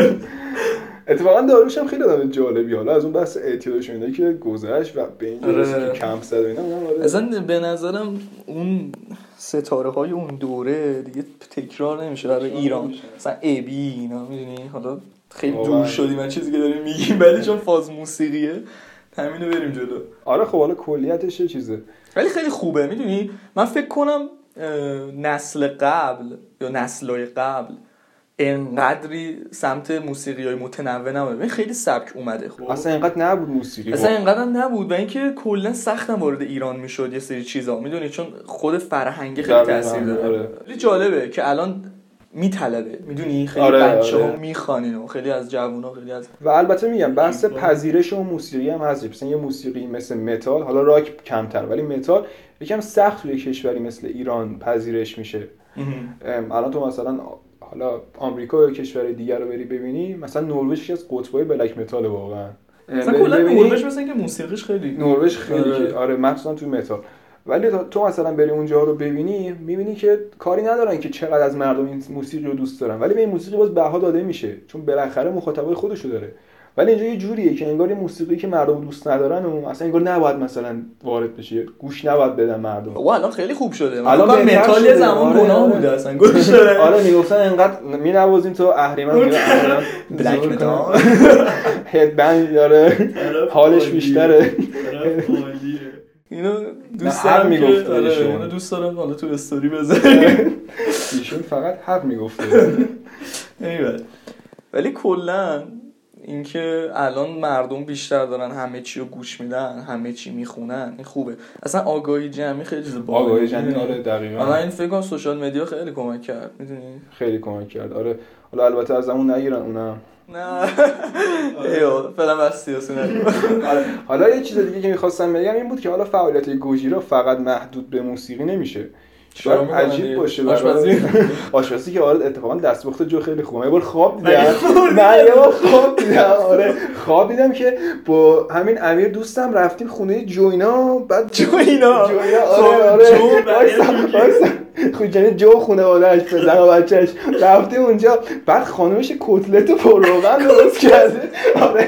اتفاقا داریوش هم خیلی آدم جالبی، حالا از اون بحث اعتیادش اینه که گذشت و به این که کمپ زد و اینا. اصلا به نظرم اون ستاره های اون دوره دیگه تکرار نمیشه برای ایران. مثلا ای بی اینا میدونی، حالا خیلی دور شدیم من چیزی که داریم میگیم ولی چون فاز موسیقیه همینو بریم جلو. آره خب حالا کلیتش یه چیزه ولی خیلی خوبه. میدونی من فکر کنم نسل قبل یا نسل‌های قبل انقدری سمت موسیقی‌های متنوع نبود. خیلی سبک اومده. خب اصلا انقدر نبود موسیقی، اصلا انقدر نبود و اینکه کلا سختم وارد ایران میشد یه سری چیزا، میدونی، چون خود فرهنگ خیلی تاثیر داره. خیلی جالبه که الان میطلبه، میدونی، خیلی آره، بچه‌ها آره. میخوانن، خیلی از جوونا، خیلی از و البته میگم بحث پذیرش اون موسیقی هم هست. مثلا یه موسیقی مثل متال، حالا راک کمتر ولی متال یکم سخت توی کشوری مثل ایران پذیرش میشه. الان تو مثلا حالا آمریکا یا کشور دیگر رو بری ببینی، مثلا نروژ یکی از قطبای بلک متال واقعا. مثلا کلا نروژ مثلا که موسیقیش خیلی نروژ خیلی آره, آره مخصوصا تو متال. ولی تو مثلا بری اونجا رو ببینی میبینی که کاری ندارن که چقدر از مردم این موسیقی رو دوست دارن، ولی به این موسیقی باز بها داده میشه چون بالاخره مخاطبای خودشو داره. ولی اینجا یه جوریه که انگار موسیقی که مردم دوست ندارن و اصلا انگار نباید مثلا وارد بشه، گوش نباید بدن مردم. و الان خیلی خوب شده. الان متال یه زمان گناه بوده اصلا گوش داره. آره میگفتن انقدر مینوازین تو اهریمن بلک متال هدبند داره حالش بیشتره. اینو دوست دارم میگفت آره اینو دوست دارم حالا تو استوری بذارم. ایشون فقط حق میگفته. ایول. ولی کلا اینکه الان مردم بیشتر دارن همه چی رو گوش میدن، همه چی میخونن، این خوبه. اصلا آگاهی جمعی خیلی چیز باحاله. آگاهی جمعی آره دقیقاً. من این فکر کنم سوشال مدیا خیلی کمک کرد، میدونی؟ خیلی کمک کرد. آره حالا البته از همون نگیرن اونم. نه ایو فعلا بس سیاسی نگو. حالا یه چیز دیگه که می‌خواستم بگم این بود که حالا فعالیت گوجیرا فقط محدود به موسیقی نمیشه. شاید عجیب باشه آشپزی آشپزی که آره اتفاقا دستپخت جو خیلی خوبه. یه بار خواب دیدم نه یه بار خواب دیدم آره خواب دیدم که با همین امیر دوستم رفتیم خونه جوینا. بعد جوینا جوینا آره آره خود یعنی جو خانواده‌اش پسر و بچه‌اش رفتیم اونجا. بعد خانومش کتلت پروغن درست کرده. آره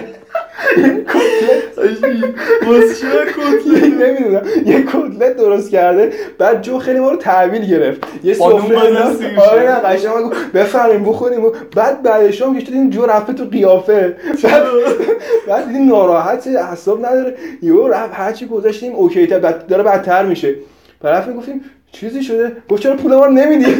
کتلت واسه کتلت نمیدونم یه کتلت درست کرده. بعد جو خیلی ما رو تحویل گرفت یه سفره. آره نه قشنگ بفرمایید بخوریم. بعد بعدش هم که دیدیم جو رفته تو قیافه. بعد دیدیم ناراحت اعصاب نداره یهو رفت هرچی گذاشتیم اوکی تا داره بدتر میشه. طرف میگفتیم چیزی شده؟ گفت چرا پول ما رو نمیدی؟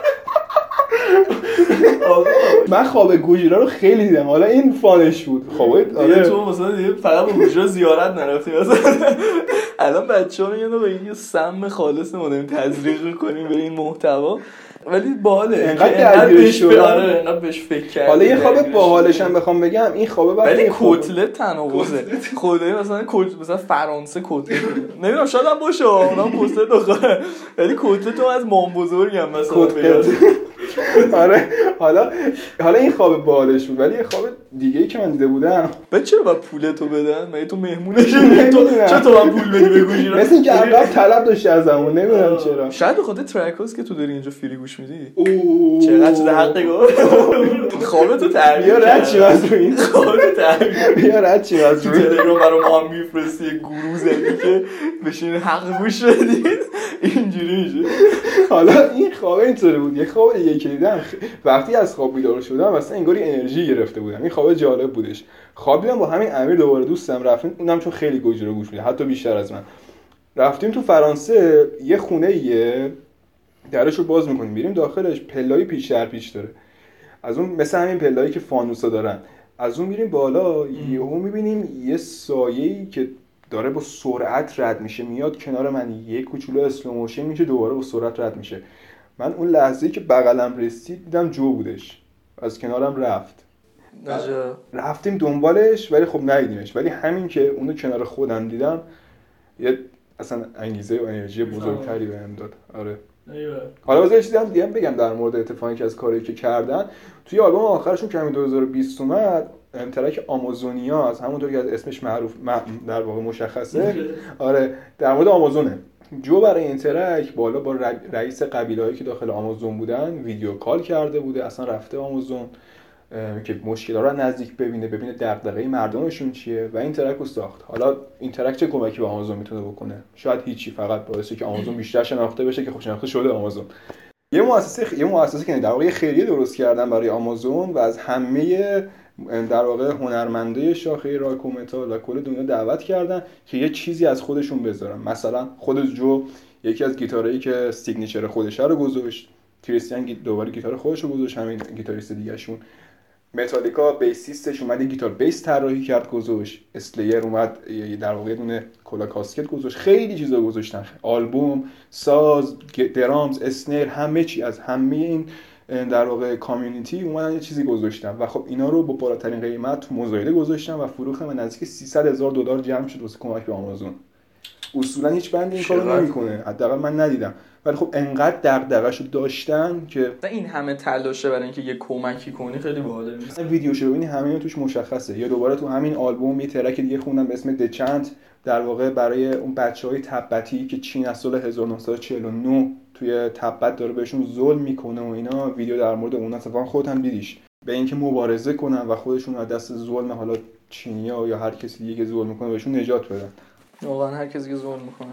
من خواب گوجیرا رو خیلی دیدم. حالا این فانش بود. خوابه آره تو مثلا فقط به گوجیرا زیارت نرفتی مثلا. الان بچه‌ها میگن آقا این یه سم خالص ما داریم تزریق کنیم به این محتوا. ولی باحاله انقدر بهش آره انقدر بهش فکر کرد. حالا یه خواب باحالش هم بخوام بگم این خوابه بعد ولی کتلت تناقضه. خدایی مثلا مثلا فرانسه کتلت نمیدونم شاید هم باشه اونم کتلت بخوره ولی کتلت از مام بزرگم مثلا آره حالا حالا این خواب باحالش بود. ولی یه خواب دیگه‌ای که من دیده بودم بعد چرا با پولتو بدن؟ مگه تو مهمونش تو چرا تو من پول بدی بگوش اینا؟ مثل اینکه اول طلب داشتی ازمون نمیدونم چرا. شاید به خاطر ترکاس که تو داری اینجا فری گوش میدی. چقدر چیز حقی گفت. خوابتو تعبیر بیا رد چی واسه این خوابتو تعبیر بیا رد چی واسه تلگرام برام ما هم میفرستی گروه زدی که بشین حق گوش بدید اینجوری میشه. حالا این خواب اینطوری بود. یه خواب دیگه که دیدم وقتی از خواب بیدار شدم مثلا انگاری انرژی گرفته بودم. این خواب جالب بودش. خواب دیدم با همین امیر دوباره دوستم رفتیم اونم چون خیلی گوجه رو گوش میده حتی بیشتر از من. رفتیم تو فرانسه یه خونه ایه درشو باز میکنیم میریم داخلش پله‌ای پیش در پیش داره. از اون مثل همین پله‌ای که فانوسا دارن از اون میریم بالا یهو میبینیم یه سایه‌ای که داره با سرعت رد میشه میاد کنار من. یه کوچولو اسلو موشن میشه دوباره با سرعت رد میشه. من اون لحظه‌ای که بغلم رسید دیدم جو بودش از کنارم رفت. رفتیم دنبالش ولی خب ندیدیمش. ولی همین که اونو کنار خودم دیدم یه اصلا انگیزه و انرژی بزرگتری بهم داد. آره حالا واسه چیزی هم دیگه بگم در مورد اتفاقی که از کاری که کردن توی آلبوم آخرشون که همین دو هزار و بیست اومد، ترک آمازونیا از همونطور که از اسمش معروف در واقع مشخصه آره در مورد آمازونه. جو برای این ترک بالا با رئیس قبیله‌ای که داخل آمازون بودن ویدیو کال کرده بوده، اصلا رفته آمازون که مشکل‌ها رو نزدیک ببینه، ببینه دغدغه مردمشون چیه و این ترک رو ساخت. حالا این ترک چه کمکی به آمازون میتونه بکنه؟ شاید هیچی، فقط باعث که آمازون بیشتر شناخته بشه که خب شناخته شده آمازون. یه مؤسسه یه مؤسسه که در واقع خیریه درست کردن برای آمازون و از همه در واقع هنرمندای شاخه راک و متال و کل دنیا دعوت کردن که یه چیزی از خودشون بذارن. مثلا خود جو یکی از گیتارایی که سیگنیچر خودشه رو گذاشت، کریستیان دوباره گیتار خودش رو گذاشت، همین گیتاریست دیگه‌شون. متالیکا بیسیستش اومد گیتار بیس طراحی کرد گذاشت، اسلیر اومد در واقع دونه کلا کاسکت گذاشت، خیلی چیزا گذاشتن، آلبوم، ساز، درامز، اسنیر، همه چی از همه این در واقع کامیونیتی اومدن یه چیزی گذاشتن و خب اینا رو با بالاترین قیمت تو مزایده گذاشتن و فروخت من نزدیک سیصد هزار دلار جمع شد واسه کمک به آمازون. اصولا هیچ بندی این کارو نمیکنه، حداقل من ندیدم، ولی خب انقدر دغدغه‌شو داشتن که این همه تلاشه برای اینکه یه کمکی کنی خیلی باحاله. ویدیوشو ببینی همه اینا توش مشخصه. یا دوباره تو همین آلبوم یه ترک دیگه خوندم به اسم دچنت، در واقع برای اون بچهای تبتی که چین از سال هزار و نهصد و چهل و نه توی تبت داره بهشون ظلم میکنه و اینا، ویدیو در مورد اون اتفاقا خودت هم دیدیش، به اینکه مبارزه کنن و خودشون از دست ظلم حالا چینیا یا هر کسی دیگه که ظلم میکنه بهشون نجات بدن. واقعا هر کسی که ظلم میکنه.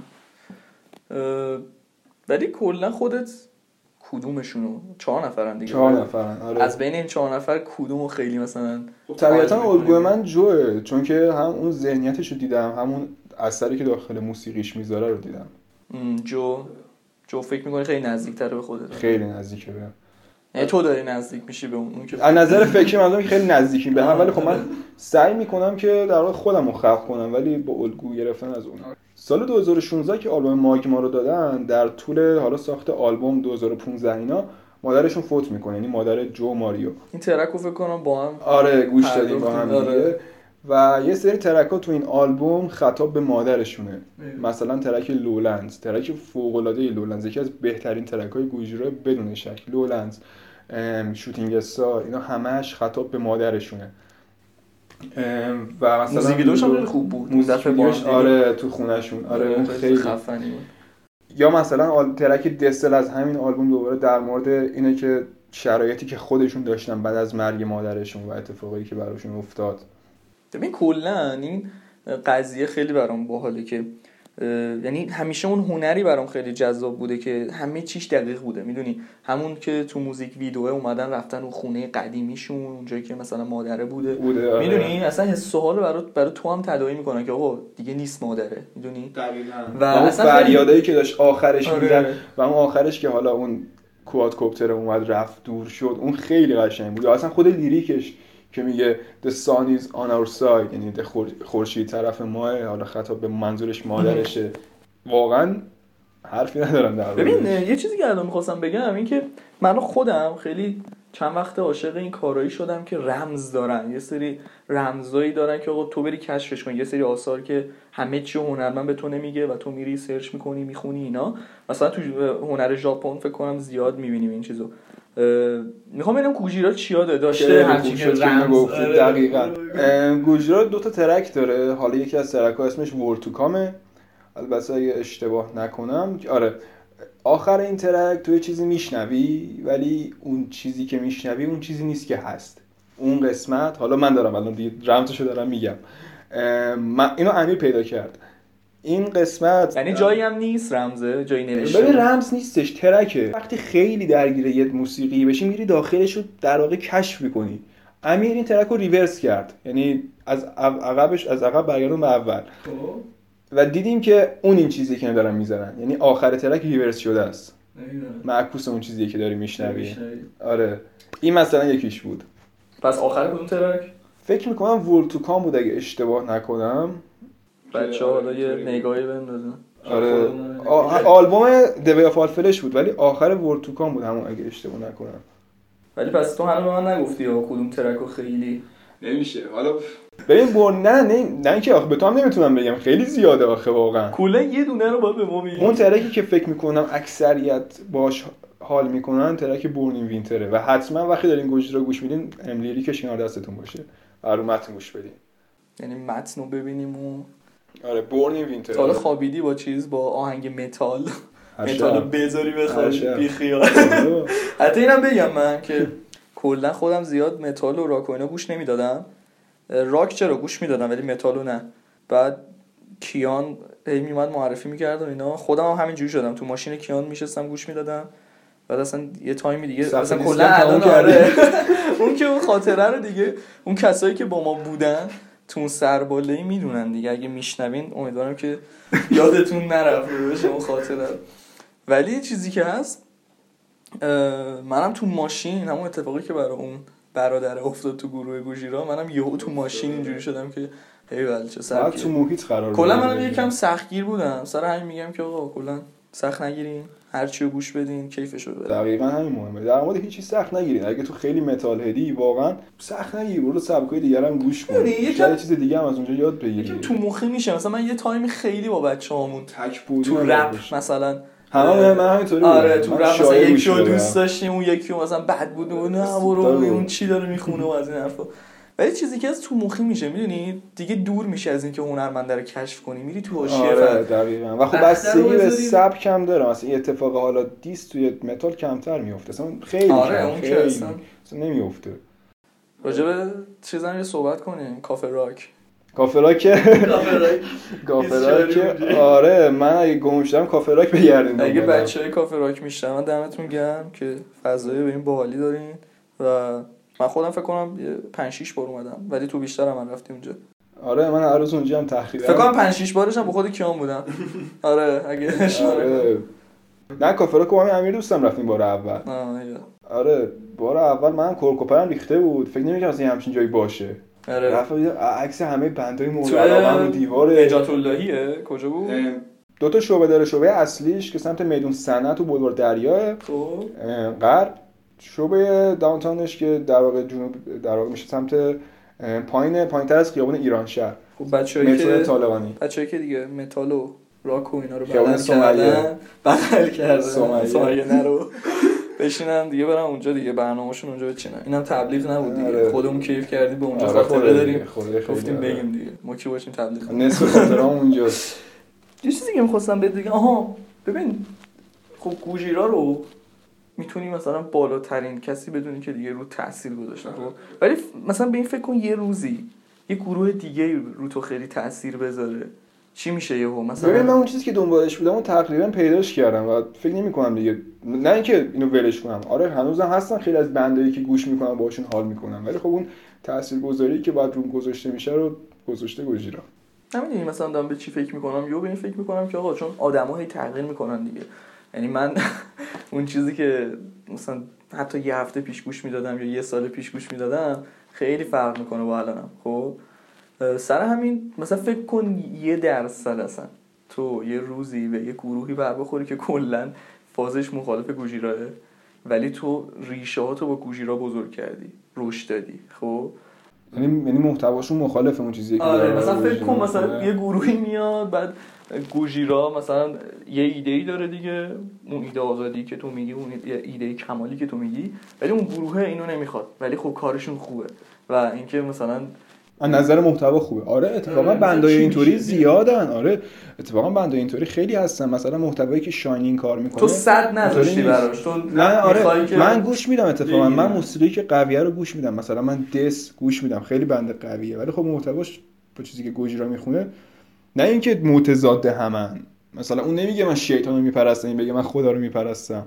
ولی کلا خودت کدومشونو؟ چهار نفرن دیگه. چهار نفرن آره. از بین این چهار نفر کدومو خیلی مثلا؟ طبیعتا الگوی من جوه، چون که هم اون ذهنیتشو دیدم، همون اثری که داخل موسیقیش میذاره رو دیدم. جو جو فکر می‌کنی خیلی نزدیک‌تره به خودت؟ خیلی نزدیکه بهم. یعنی تو داری نزدیک میشی به اون که از نظر فکری منظورم که خیلی نزدیکیم به هم، ولی خب من سعی میکنم که در واقع خودم رو خلق کنم ولی با الگو گرفتن از اون. سال دو هزار و شانزده که آلبوم ماگما رو دادن، در طول حالا ساخت آلبوم دو هزار و پانزده اینا مادرشون فوت میکنه، یعنی مادر جو ماریو. این ترک رو فکر کنم با هم آره گوش دادیم با هم دیگه و یه سری ترک‌ها تو این آلبوم خطاب به مادرشونه. مثلا ترک لولندز، ترک فوق‌العاده لولندز، یکی از بهترین ترک‌های گوجرا بدون شک. لولندز، شوتینگ استار، اینا همش خطاب به مادرشونه. و مثلا موزیک ویدیوش هم خیلی خوب بود. موزیک ویدیوش آره تو خونه‌شون آره خیلی خفنی بود. یا مثلا ترک دستل از همین آلبوم دوباره در مورد اینه که شرایطی که خودشون داشتن بعد از مرگ مادرشون و اتفاقایی که براشون افتاد. ببین کلا این قضیه خیلی برام باحاله که یعنی همیشه اون هنری برام خیلی جذاب بوده که همه چیش دقیق بوده. میدونی همون که تو موزیک ویدیو اومدن رفتن اون خونه قدیمیشون اونجایی که مثلا مادره بوده, بوده میدونی اصلا حس سوال برای برای تو هم تداعی میکنن که آقا دیگه نیست مادره. میدونی دقیقاً و اون فریادایی که داشت آخرش آره. میزد و اون آخرش که حالا اون کوادکوپتر اومد رفت دور شد، اون خیلی قشنگ بود. اصلا خود لیریکش که میگه the sun is on our side، یعنی خورشید طرف ماه، حالا خطاب به منظورش مادرشه. واقعا حرفی ندارم در ببین یه چیزی که الان می‌خواستم بگم این که من خودم خیلی چند وقت عاشق این کارایی شدم که رمز دارن، یه سری رمزایی دارن که آقا تو بری کشفش کن، یه سری آثار که همه چی هنرمند به تو نمیگه و تو میری سرچ میکنی میخونی اینا. مثلا تو هنر ژاپن فکر کنم زیاد میبینیم این چیزو. میخوام ببینم گوجیرا چیا داشته همچین که رمز. دقیقاً گوجیرا دو تا ترک داره، حالا یکی از ترک‌ها اسمش ورد تو کامه، البته اگه اشتباه نکنم آره. آخر این ترک تو یه چیزی میشنوی ولی اون چیزی که میشنوی اون چیزی نیست که هست. اون قسمت حالا من دارم الان دیگه رمزشو دارم میگم، من اینو امیر پیدا کرد. این قسمت یعنی جایی هم نیست رمزه، جایی نوشته. ببین رمز نیستش، ترکه. وقتی خیلی درگیر یه موسیقی بشی میری داخلش رو در واقع کشف میکنی. امیر این ترک رو ریورس کرد، یعنی از عقبش از عقب برگردون به اول و دیدیم که اون این چیزی که دارن میزنن، یعنی آخر ترک ریورس شده است، معکوس اون چیزی که داری میشنوی. آره این مثلا یکیش بود. پس آخر کدوم ترک؟ فکر میکنم ورلد تو کام بود اگه اشتباه نکنم. بچه‌ها حالا یه نگاهی بندازن. آره آلبوم دوی آف آلفلش بود ولی آخر ورلد تو کام بود همون اگه اشتباه نکنم. ولی پس تو هنوز به من نگفتی یا کدوم ترکو خیلی نمیشه. حالا ببین برن نه نه نه که آخه به تو هم نمیتونم بگم خیلی زیاده آخه واقعا. کلا یه دونه رو باید به ما بگی. اون ترکی که فکر میکنم اکثریت باش حال میکنن ترک بورن این وینتره و حتما وقتی دارین گوجرا گوش میدین لیریکش کنار دستتون باشه. برای متن گوش بدین. یعنی متن رو ببینیم و آره بورن این وینتر. حالا خوابیدی با چیز با آهنگ متال متال رو بذاری بخوابی بی خیال. حتی اینم بگم من که کلا خودم زیاد متال و راک و اینا گوش نمیدادم. راک چرا گوش میدادم ولی متال رو نه. بعد کیان هی میومد معرفی میکرد و اینا خودم هم همینجوری شدم. تو ماشین کیان میشستم گوش میدادم. بعد اصلا یه تایمی دیگه مثلا کلا الان آره اون که اون خاطره رو دیگه اون کسایی که با ما بودن تو اون سرباله‌ای میدونن دیگه. اگه میشنوین امیدوارم که یادتون نرفته باشه اون خاطره. ولی چیزی که هست منم تو ماشین همون اتفاقی که برای اون برادر افتاد تو گروه گوجیرا منم یهو تو ماشین اینجوری شدم که هی ول چه سر تو محیط قرار کلا منم یکم سختگیر بودم. سر همین میگم که آقا کلا سخت نگیرین هر چی رو گوش بدین کیفشو ببرین. دقیقاً همین مهمه. در مورد هیچ چیز سخت نگیرین. اگه تو خیلی متال هدی واقعا سخت نگیر برو سبکای دیگه هم گوش کن. یه چیز دیگه هم از اونجا یاد بگیر. یکم تو مخی میشه. مثلا من یه تایمی خیلی با بچه‌هامون تک بود تو رپ مثلا همه من همینطوری بودم. آره تو رپ مثلا یکی رو دوست داشتیم اون یکی رو مثلا بد بود و نه برو اون چی داره میخونه و از این حرفا. ولی چیزی که از تو مخی میشه میدونی دیگه دور میشه از اینکه هنرمند رو کشف کنی میری تو حاشیه. آره دقیقاً. و خب بستگی به سبک کم داره. مثلا این اتفاق حالا دیس توی متال کمتر میفته. مثلا خیلی آره کم. اون خیلی که اصلا نمیفته. راجع به چیزا یه صحبت کنیم. کافه راک کافه راک کافه راک آره من اگه گم شدم کافه راک بگردیم. اگه بچهای کافه راک میشنون دمتون گرم که فضایی به این باحالی دارین و من خودم فکر کنم پنج شش بار اومدم ولی تو بیشتر هم رفتیم اونجا. آره من هر روز اونجا هم تقریبا فکر کنم پنج شش بارش هم با خود کیان بودم. آره اگه اشاره نه کافه راک با امیر دوستم رفتیم بار اول. آره بار اول من کورکوپرم ریخته بود فکر نمی‌کردم اصلا همچین جایی باشه. آره رفتم عکس همه بندای مولانا رو دیوار نجات اللهیه کجا بود؟ دو تا شعبه داره. شعبه اصلیش که سمت میدون صنعت و بولوار دریا غرب، شعبه داونتاونش که در واقع جنوب در واقع میشه سمت پایین پایینتر از خیابان ایران شهر. خب بچه‌ای که طالبانی بچه‌ای که دیگه متال و راک و اینا رو بغل کردن بغل کردن سایه نرو بشینن دیگه برن اونجا دیگه برنامه‌شون اونجا بچینن. اینم تبلیغ نبود دیگه. آره. خودمون کیف کردیم به اونجا خاطره داریم گفتیم بگیم دیگه ما کی باشیم تبلیغ نصف خاطرام اونجاست. یه چیزی که می‌خواستم بهت بگم آها ببین خب گوجیرا رو میتونی مثلا بالاترین کسی بدونی که دیگه رو تاثیر گذاشته خب ولی مثلا به این فکر کن یه روزی یه گروه دیگه رو تو خیلی تاثیر بذاره چی میشه یهو مثلا. ببین من اون چیزی که دنبالش بودم اون تقریبا پیداش کردم و فکر نمی‌کنم دیگه نه اینکه اینو ولش کنم. آره هنوزم هستن خیلی از بندایی که گوش میکنم باهاشون حال میکنم ولی خب اون تاثیرگذاری که باید روم گذاشته میشه رو گذاشته گوجیرا. نمیدونی مثلا دارم به چی فکر میکنم یهو به این فکر میکنم که آقا چون آدم‌ها هی تغییر میکنن دیگه. یعنی من اون چیزی که مثلا حتی یه هفته پیش گوش میدادم یا یه سال پیش گوش میدادم خیلی فرق میکنه با الانم. خب سر همین مثلا فکر کن یه درصد اصلا تو یه روزی به یه گروهی بر بخوری که کلا فازش مخالف گوجیراه ولی تو ریشه هاتو با گوجیرا بزرگ کردی رشد دادی. خب یعنی یعنی محتواشون مخالف اون چیزی که آره مثلا فکر کن مثلا یه گروهی میاد بعد گوجیرا مثلا یه ایده‌ای داره دیگه اون ایده آزادی که تو میگی اون ایده کمالی که تو میگی ولی اون گروه اینو نمیخواد ولی خب کارشون خوبه و اینکه مثلا از نظر محتوا خوبه. آره اتفاقا بندای اینطوری زیادن. آره اتفاقا بندای اینطوری خیلی هستن. مثلا محتوایی که شاینین کار میکنه تو صد نذاشتی براش تو نه آره من گوش میدم اتفاقا من موسیقی که قویه رو گوش میدم. مثلا من دس گوش میدم خیلی بند قویه ولی خب محتواش با چیزی که گوجیرا میخونه نه اینکه متضاد همن. مثلا اون نمیگه من شیطان رو میپرستم این بگه من خدا رو میپرستم.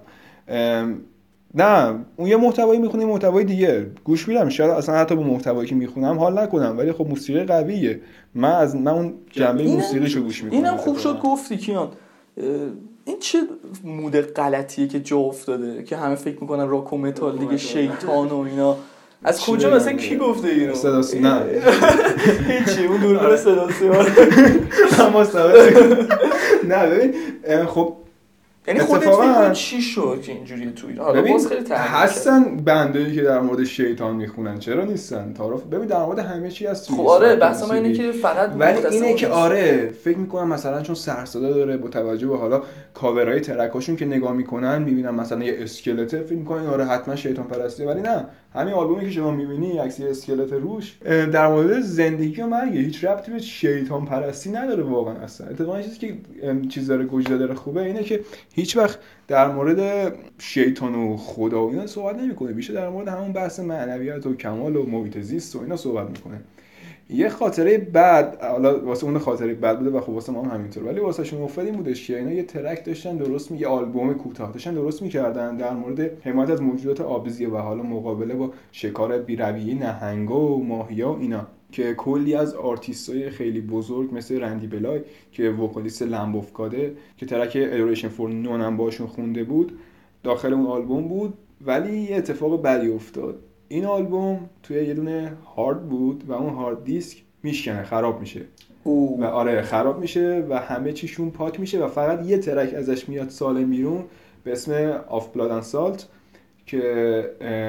نه اون یه محتوایی میخونه محتوای دیگه گوش میدم شاید اصلا حتی با محتوایی که میخونم حال نکنم ولی خب موسیقی قویه. من از من اون جنبه موسیقیشو گوش میکنم. اینم خوب شد گفتی کیان. این چه مود غلطیه که جا افتاده که همه فکر میکنن راک و متال دیگه شیطان و اینا. از کجا مثلا کی گفته اینو؟ صدا نه هیچی اون دوربین صدا سیما اما نه ببین خب یعنی خودت فکر چی شد که اینجوریه توی حالا باز خیلی هستن بندایی که در مورد شیطان میخونن، چرا نیستن؟ تعارف ببین در مورد همه چی هست. خب آره بحث من اینه که فقط ولی اینه که آره فکر میکنم مثلا چون سرصدا داره با توجه به حالا کاورهای ترکاشون که نگاه میکنن میبینن مثلا یه اسکلته، فکر میکنن آره حتما شیطان پرستی، ولی نه، همین آلبومی که شما میبینی عکس اسکلت روش در مورد زندگی و مرگ، هیچ ربطی به شیطان پرستی نداره واقعا. اصلا اتفاقا چیزی که چیز داره گوجه داره خوبه اینه که هیچ وقت در مورد شیطان و خدا و اینا صحبت نمیکنه، بیشتر در مورد همون بحث معنویت و کمال و محیط زیست و اینا صحبت میکنه. یه خاطره بد، حالا واسه اون خاطره بد بوده و خب واسه ما هم همینطور، ولی واسه شما افتاد این بودش که اینا یه ترک داشتن درست می یه آلبوم کوتاه داشتن درست می‌کردن در مورد حمایت از موجودات آبزیه و حالا مقابله با شکار بی‌رویه نهنگا و ماهیا و اینا، که کلی از آرتیستای خیلی بزرگ مثل رندی بلای که وکالیست لمب اف گاده که ترک ادوریشن فور نون هم باشون خونده بود داخل اون آلبوم بود. ولی یه اتفاق بدی افتاد، این آلبوم توی یه دونه هارد بود و اون هارد دیسک میشکنه، خراب میشه اوه. و آره خراب میشه و همه چیشون پاک میشه و فقط یه ترک ازش میاد سالم بیرون به اسم آف بلاد اند سالت که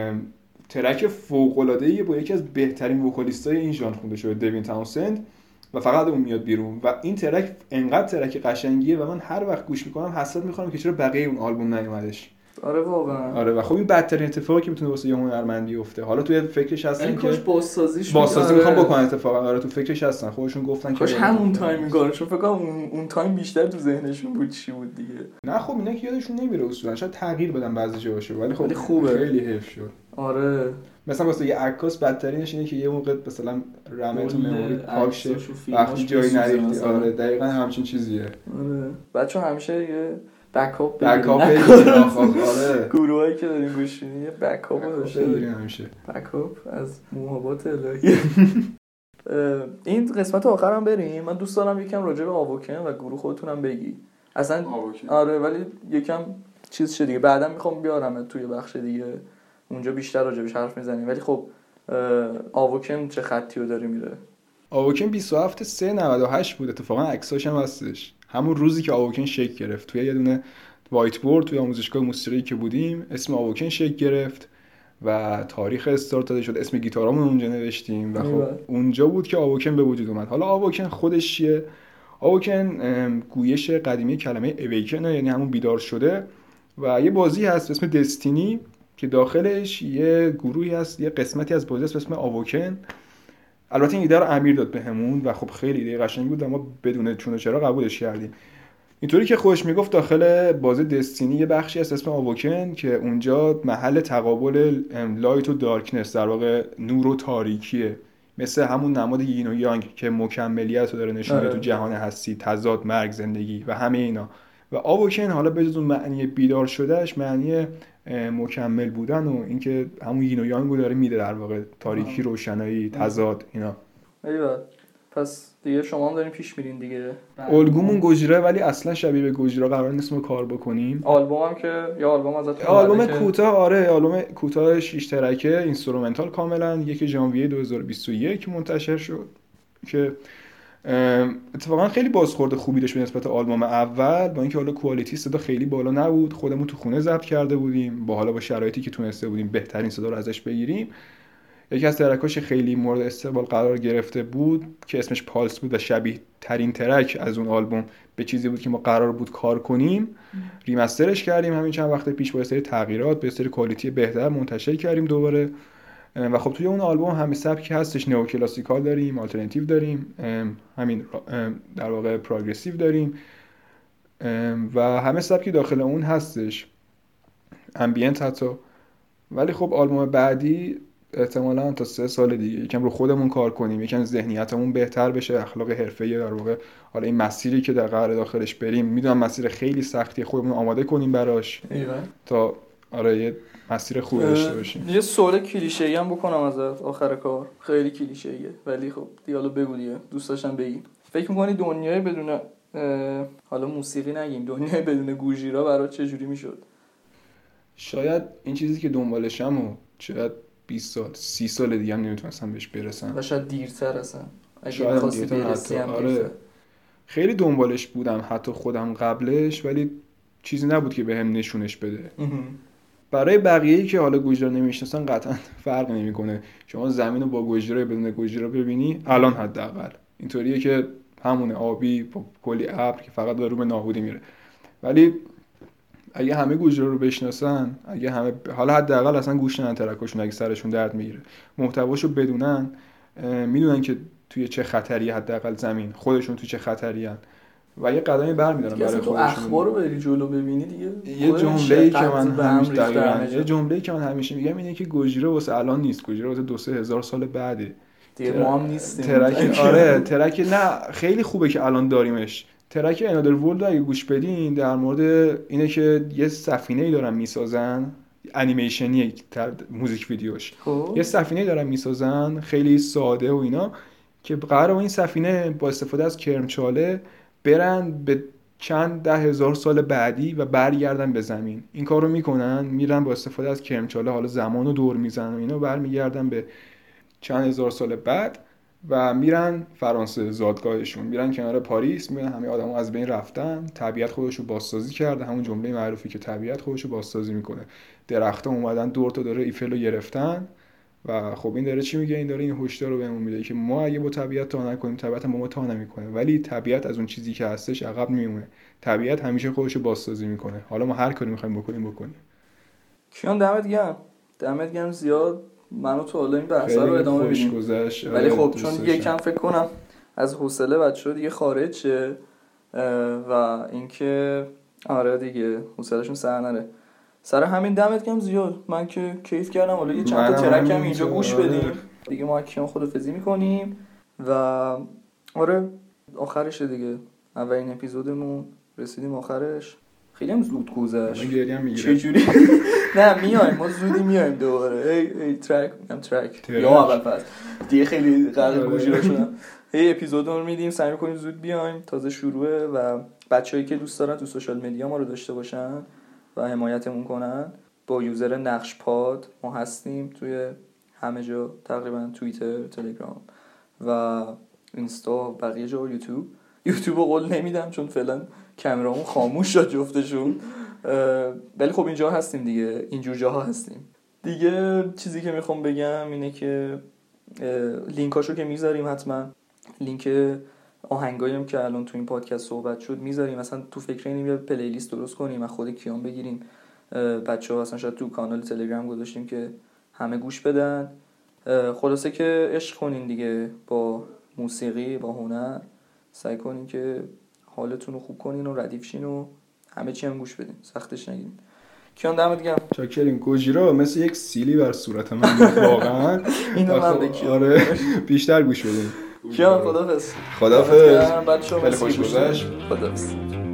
ترک فوق‌العاده‌ایه با یکی از بهترین وکالیستای این ژانر خونده شده، دیوین تاونسند، و فقط اون میاد بیرون و این ترک انقدر ترک قشنگیه و من هر وقت گوش میکنم حسرت میخورم که چرا بقیه اون آلبوم نیومدش. آره واقعا. آره و خب این بدترین اتفاقی که میتونه واسه یه هنرمندی افته. حالا توی فکرش هستن که کاش بازسازیش بازسازی میخوام بکنن اتفاقا. آره تو فکرش هستن، خودشون گفتن کاش همون تایم میگارن، چون فکر کنم اون اون تایم بیشتر تو ذهنشون بود چی بود دیگه. نه خب اینا که یادشون نمیره اصولا، شاید تغییر بدن بعضی جاهاشو، ولی خب خوبه. خیلی حیف شد. آره مثلا واسه یه عکاس بدترینش اینه که یه موقع مثلا رمه تو مموری پاک شه وقتی جایی نریختی. آره دقیقاً همچین چیزیه. آره بچه‌ها همیشه یه بکاپ بکاپ بگیرید. آره گروهایی که دارین گوش میدین یه بکاپ داشته بگیرید همیشه. بکاپ از موهبات الهی. این قسمت آخرام بریم. من دوست دارم یکم راجع به آووکن و گروه خودتونم بگی اصلا. آووکن. آره ولی یکم چیز شه دیگه، بعدا میخوام بیارم توی بخش دیگه اونجا بیشتر راجبش حرف میزنیم. ولی خب آووکن چه خطی رو داره میره؟ آووکن بیست و هفت سه نود و هشت بود، اتفاقا عکساش هم هستش همون روزی که آووکن شکل گرفت. توی یه دونه وایت بورد توی آموزشگاه موسیقی که بودیم اسم آووکن شکل گرفت و تاریخ استارت داده شد، اسم گیتارامون اونجا نوشتیم و خب اونجا بود که آووکن به وجود اومد. حالا آووکن خودش چیه؟ آووکن گویش قدیمی کلمه اویکنه، یعنی همون بیدار شده، و یه بازی هست اسم دستینی که داخلش یه گروهی هست، یه قسمتی از بازی هست به اسم آووکن. البته این ایده رو امیر داد بهمون و خب خیلی ایده قشنگی بود و ما بدون چون و چرا قبولش کردیم. اینطوری که خودش میگفت داخل بازی دستینی یه بخشی هست اسم آووکن که اونجا محل تقابل لایت و دارکنس، در واقع نور و تاریکیه، مثل همون نماد یین و یانگ که مکملیت رو داره نشون میده تو جهان هستی، تضاد، مرگ، زندگی و همه اینا. و آووکن حالا به جز اون معنی بیدار شدهش معنی مکمل بودن و اینکه همون یین و یانگ رو داره میده، در واقع تاریکی، روشنایی، تضاد، اینا. ایوه پس دیگه شما هم دارین پیش میرین دیگه. الگومون گوجیره ولی اصلا شبیه به گوجیره قرار نیست ما کار بکنیم. آلبوم هم که یا آلبوم ازت آلبوم کوتاه، آره آلبوم کوتاه شش ترکه اینسترومنتال کاملا، یک ژانویه دو هزار و بیست و یک منتشر شد که اتفاقا خیلی بازخورد خوبی داشت به نسبت آلبوم اول، با اینکه حالا کوالیتی صدا خیلی بالا نبود. خودمون تو خونه ضبط کرده بودیم با حالا با شرایطی که تونسته بودیم بهترین صدا رو ازش بگیریم. یکی از ترکاش خیلی مورد استقبال قرار گرفته بود که اسمش پالس بود و شبیه ترین ترک از اون آلبوم به چیزی بود که ما قرار بود کار کنیم. ریمسترش کردیم همین چند وقت پیش با سری تغییرات به سری کوالیتی بهتر منتشر کردیم دوباره. و خب توی اون آلبوم همه سبکی هستش، نئو کلاسیکال داریم، آلترناتیو داریم، همین در واقع پروگرسیو داریم و همه سبکی داخل اون هستش، امبینت حتی. ولی خب آلبوم بعدی احتمالاً تا سه سال دیگه یکم رو خودمون کار کنیم، یکم ذهنیتمون بهتر بشه، اخلاق حرفه‌ای در واقع. حالا این مسیری که در قرار داخلش بریم میدونم مسیر خیلی سختی، خودمون آماده کنیم براش تا آره یه مسیر خوبی داشته باشیم. یه سوال کلیشه‌ای هم بکنم ازت آخر کار، خیلی کلیشه‌ایه ولی خب دیالو بگو دیگه، دوست داشتم بگی. فکر می‌کنی دنیای بدون حالا موسیقی نگیم، دنیای بدون گوجیرا برات چه جوری میشد؟ شاید این چیزی که دنبالشم و شاید بیست سال سی سال دیگه هم نمیتونستم بهش برسم و شاید دیرتر اصلا اگه بخواستی برسی هم. آره خیلی دنبالش بودم حتی خودم قبلش، ولی چیزی نبود که بهم نشونش بده. برای بقیه‌ای که حالا گوجرا نمیشناسن قطعا فرق نمیکنه. شما زمین رو با گوجرا بدون گوجرا ببینی الان حداقل اینطوریه که همونه، آبی با کلی ابر که فقط داره رو به نابودی میره. ولی اگه همه گوجرا رو بشناسن، اگه همه حالا حداقل اصلا گوش ندن ترکاشون، اگه سرشون درد میگیره محتواشو بدونن، میدونن که توی چه خطری حداقل زمین، خودشون توی چه خطری ان و یه قدمی برمی‌دارن برای خودشون. اخبار رو بری جلو ببینی دیگه. یه جمله‌ای که من همیشه دقیقاً یه جمله‌ای که من همیشه میگم اینه که گوجرا واسه الان نیست، گوجرا واسه دو سه هزار سال بعده. دیگه ما هم نیستیم. ترک آره ترک نه خیلی خوبه که الان داریمش. ترک انادر ورلد اگه گوش بدین در مورد اینه که یه سفینه‌ای دارن میسازن، انیمیشنیه موزیک ویدیوش. یه سفینه‌ای دارن میسازن خیلی ساده و اینا که قراره این سفینه با استفاده از کرمچاله برن به چند ده هزار سال بعدی و برگردن به زمین. این کار رو میکنن، میرن با استفاده از کرمچاله حالا زمانو دور میزنن و اینا، برمیگردن به چند هزار سال بعد و میرن فرانسه، زادگاهشون، میرن کنار پاریس، میرن همه آدما از بین رفتن، طبیعت خودشو بازسازی کرده، همون جمله معروفی که طبیعت خودشو بازسازی میکنه. درخت‌ها اومدن دور تا داره ایفل رو گرفتن و خب این داره چی میگه؟ این داره این هشدار رو بهمون میده که ما اگه با طبیعت تا نکنیم، طبیعت هم با ما تا نمیکنه، ولی طبیعت از اون چیزی که هستش عقب نمیمونه. طبیعت همیشه خودشو بازسازی میکنه. حالا ما هر کاری میخوایم بکنیم بکنیم. کیان دمت گرم. دمت گرم زیاد. منو تو حالا این بحثا رو ادامه میدیم. ولی خب چون یکم فکر کنم از حوصله بچه‌ها دیگه خارج شه و اینکه آره دیگه حوصله‌شون سر نره. سر همین دمت گرم زیاد. من که کیف کردم. حالا یه چند تا ترک هم اینجا گوش بدیم. دیگه ما کیان خدافظی می‌کنیم و آره آخرشه دیگه. اولین اپیزودمون رسیدیم آخرش. خیلی هم زود گذشت. من گریه میگیرم. چه جوری؟ نه میایم، ما زودی میایم دوباره. ای ای ترک میگم ترک. یا اول فصل. دیگه خیلی غرق گوشی‌ها شدم. هی اپیزودمون رو میدیم، سعی می‌کنیم زود بیایم. تازه شروعه و بچه‌ای که دوست دارن تو سوشال مدیا ما رو داشته باشن و حمایتمون کنن با یوزر نقش پاد ما هستیم توی همه جا تقریبا، توییتر، تلگرام و اینستا، بقیه جا، یوتیوب. یوتیوب رو قول نمیدم چون فعلا کامرامون خاموش شد جفتشون، ولی خب اینجا هستیم دیگه، اینجور جاها هستیم دیگه. چیزی که میخوام بگم اینه که لینکاشو که میذاریم، حتما لینک آهنگایی هم که الان تو این پادکست صحبت شد میذاریم. مثلا تو فکر اینیم یه پلیلیست درست کنیم، از خود کیان بگیریم، بچه‌ها اصلا شاید تو کانال تلگرام گذاشتیم که همه گوش بدن. خلاصه که عشق کنین دیگه با موسیقی، با هنر. سعی کنین که حالتون رو خوب کنین و ردیف شین و همه چی هم گوش بدین، سختش نگیرین. کیان دمت گرم. چاکریم. گوجرا مثل یک سیلی بر صورت من واقعا. اینو من بگم. آره بیشتر گوش بدین. کیان خدافظ. خدافظ. بچه‌ها خیلی خوش گذشت. خدافظ.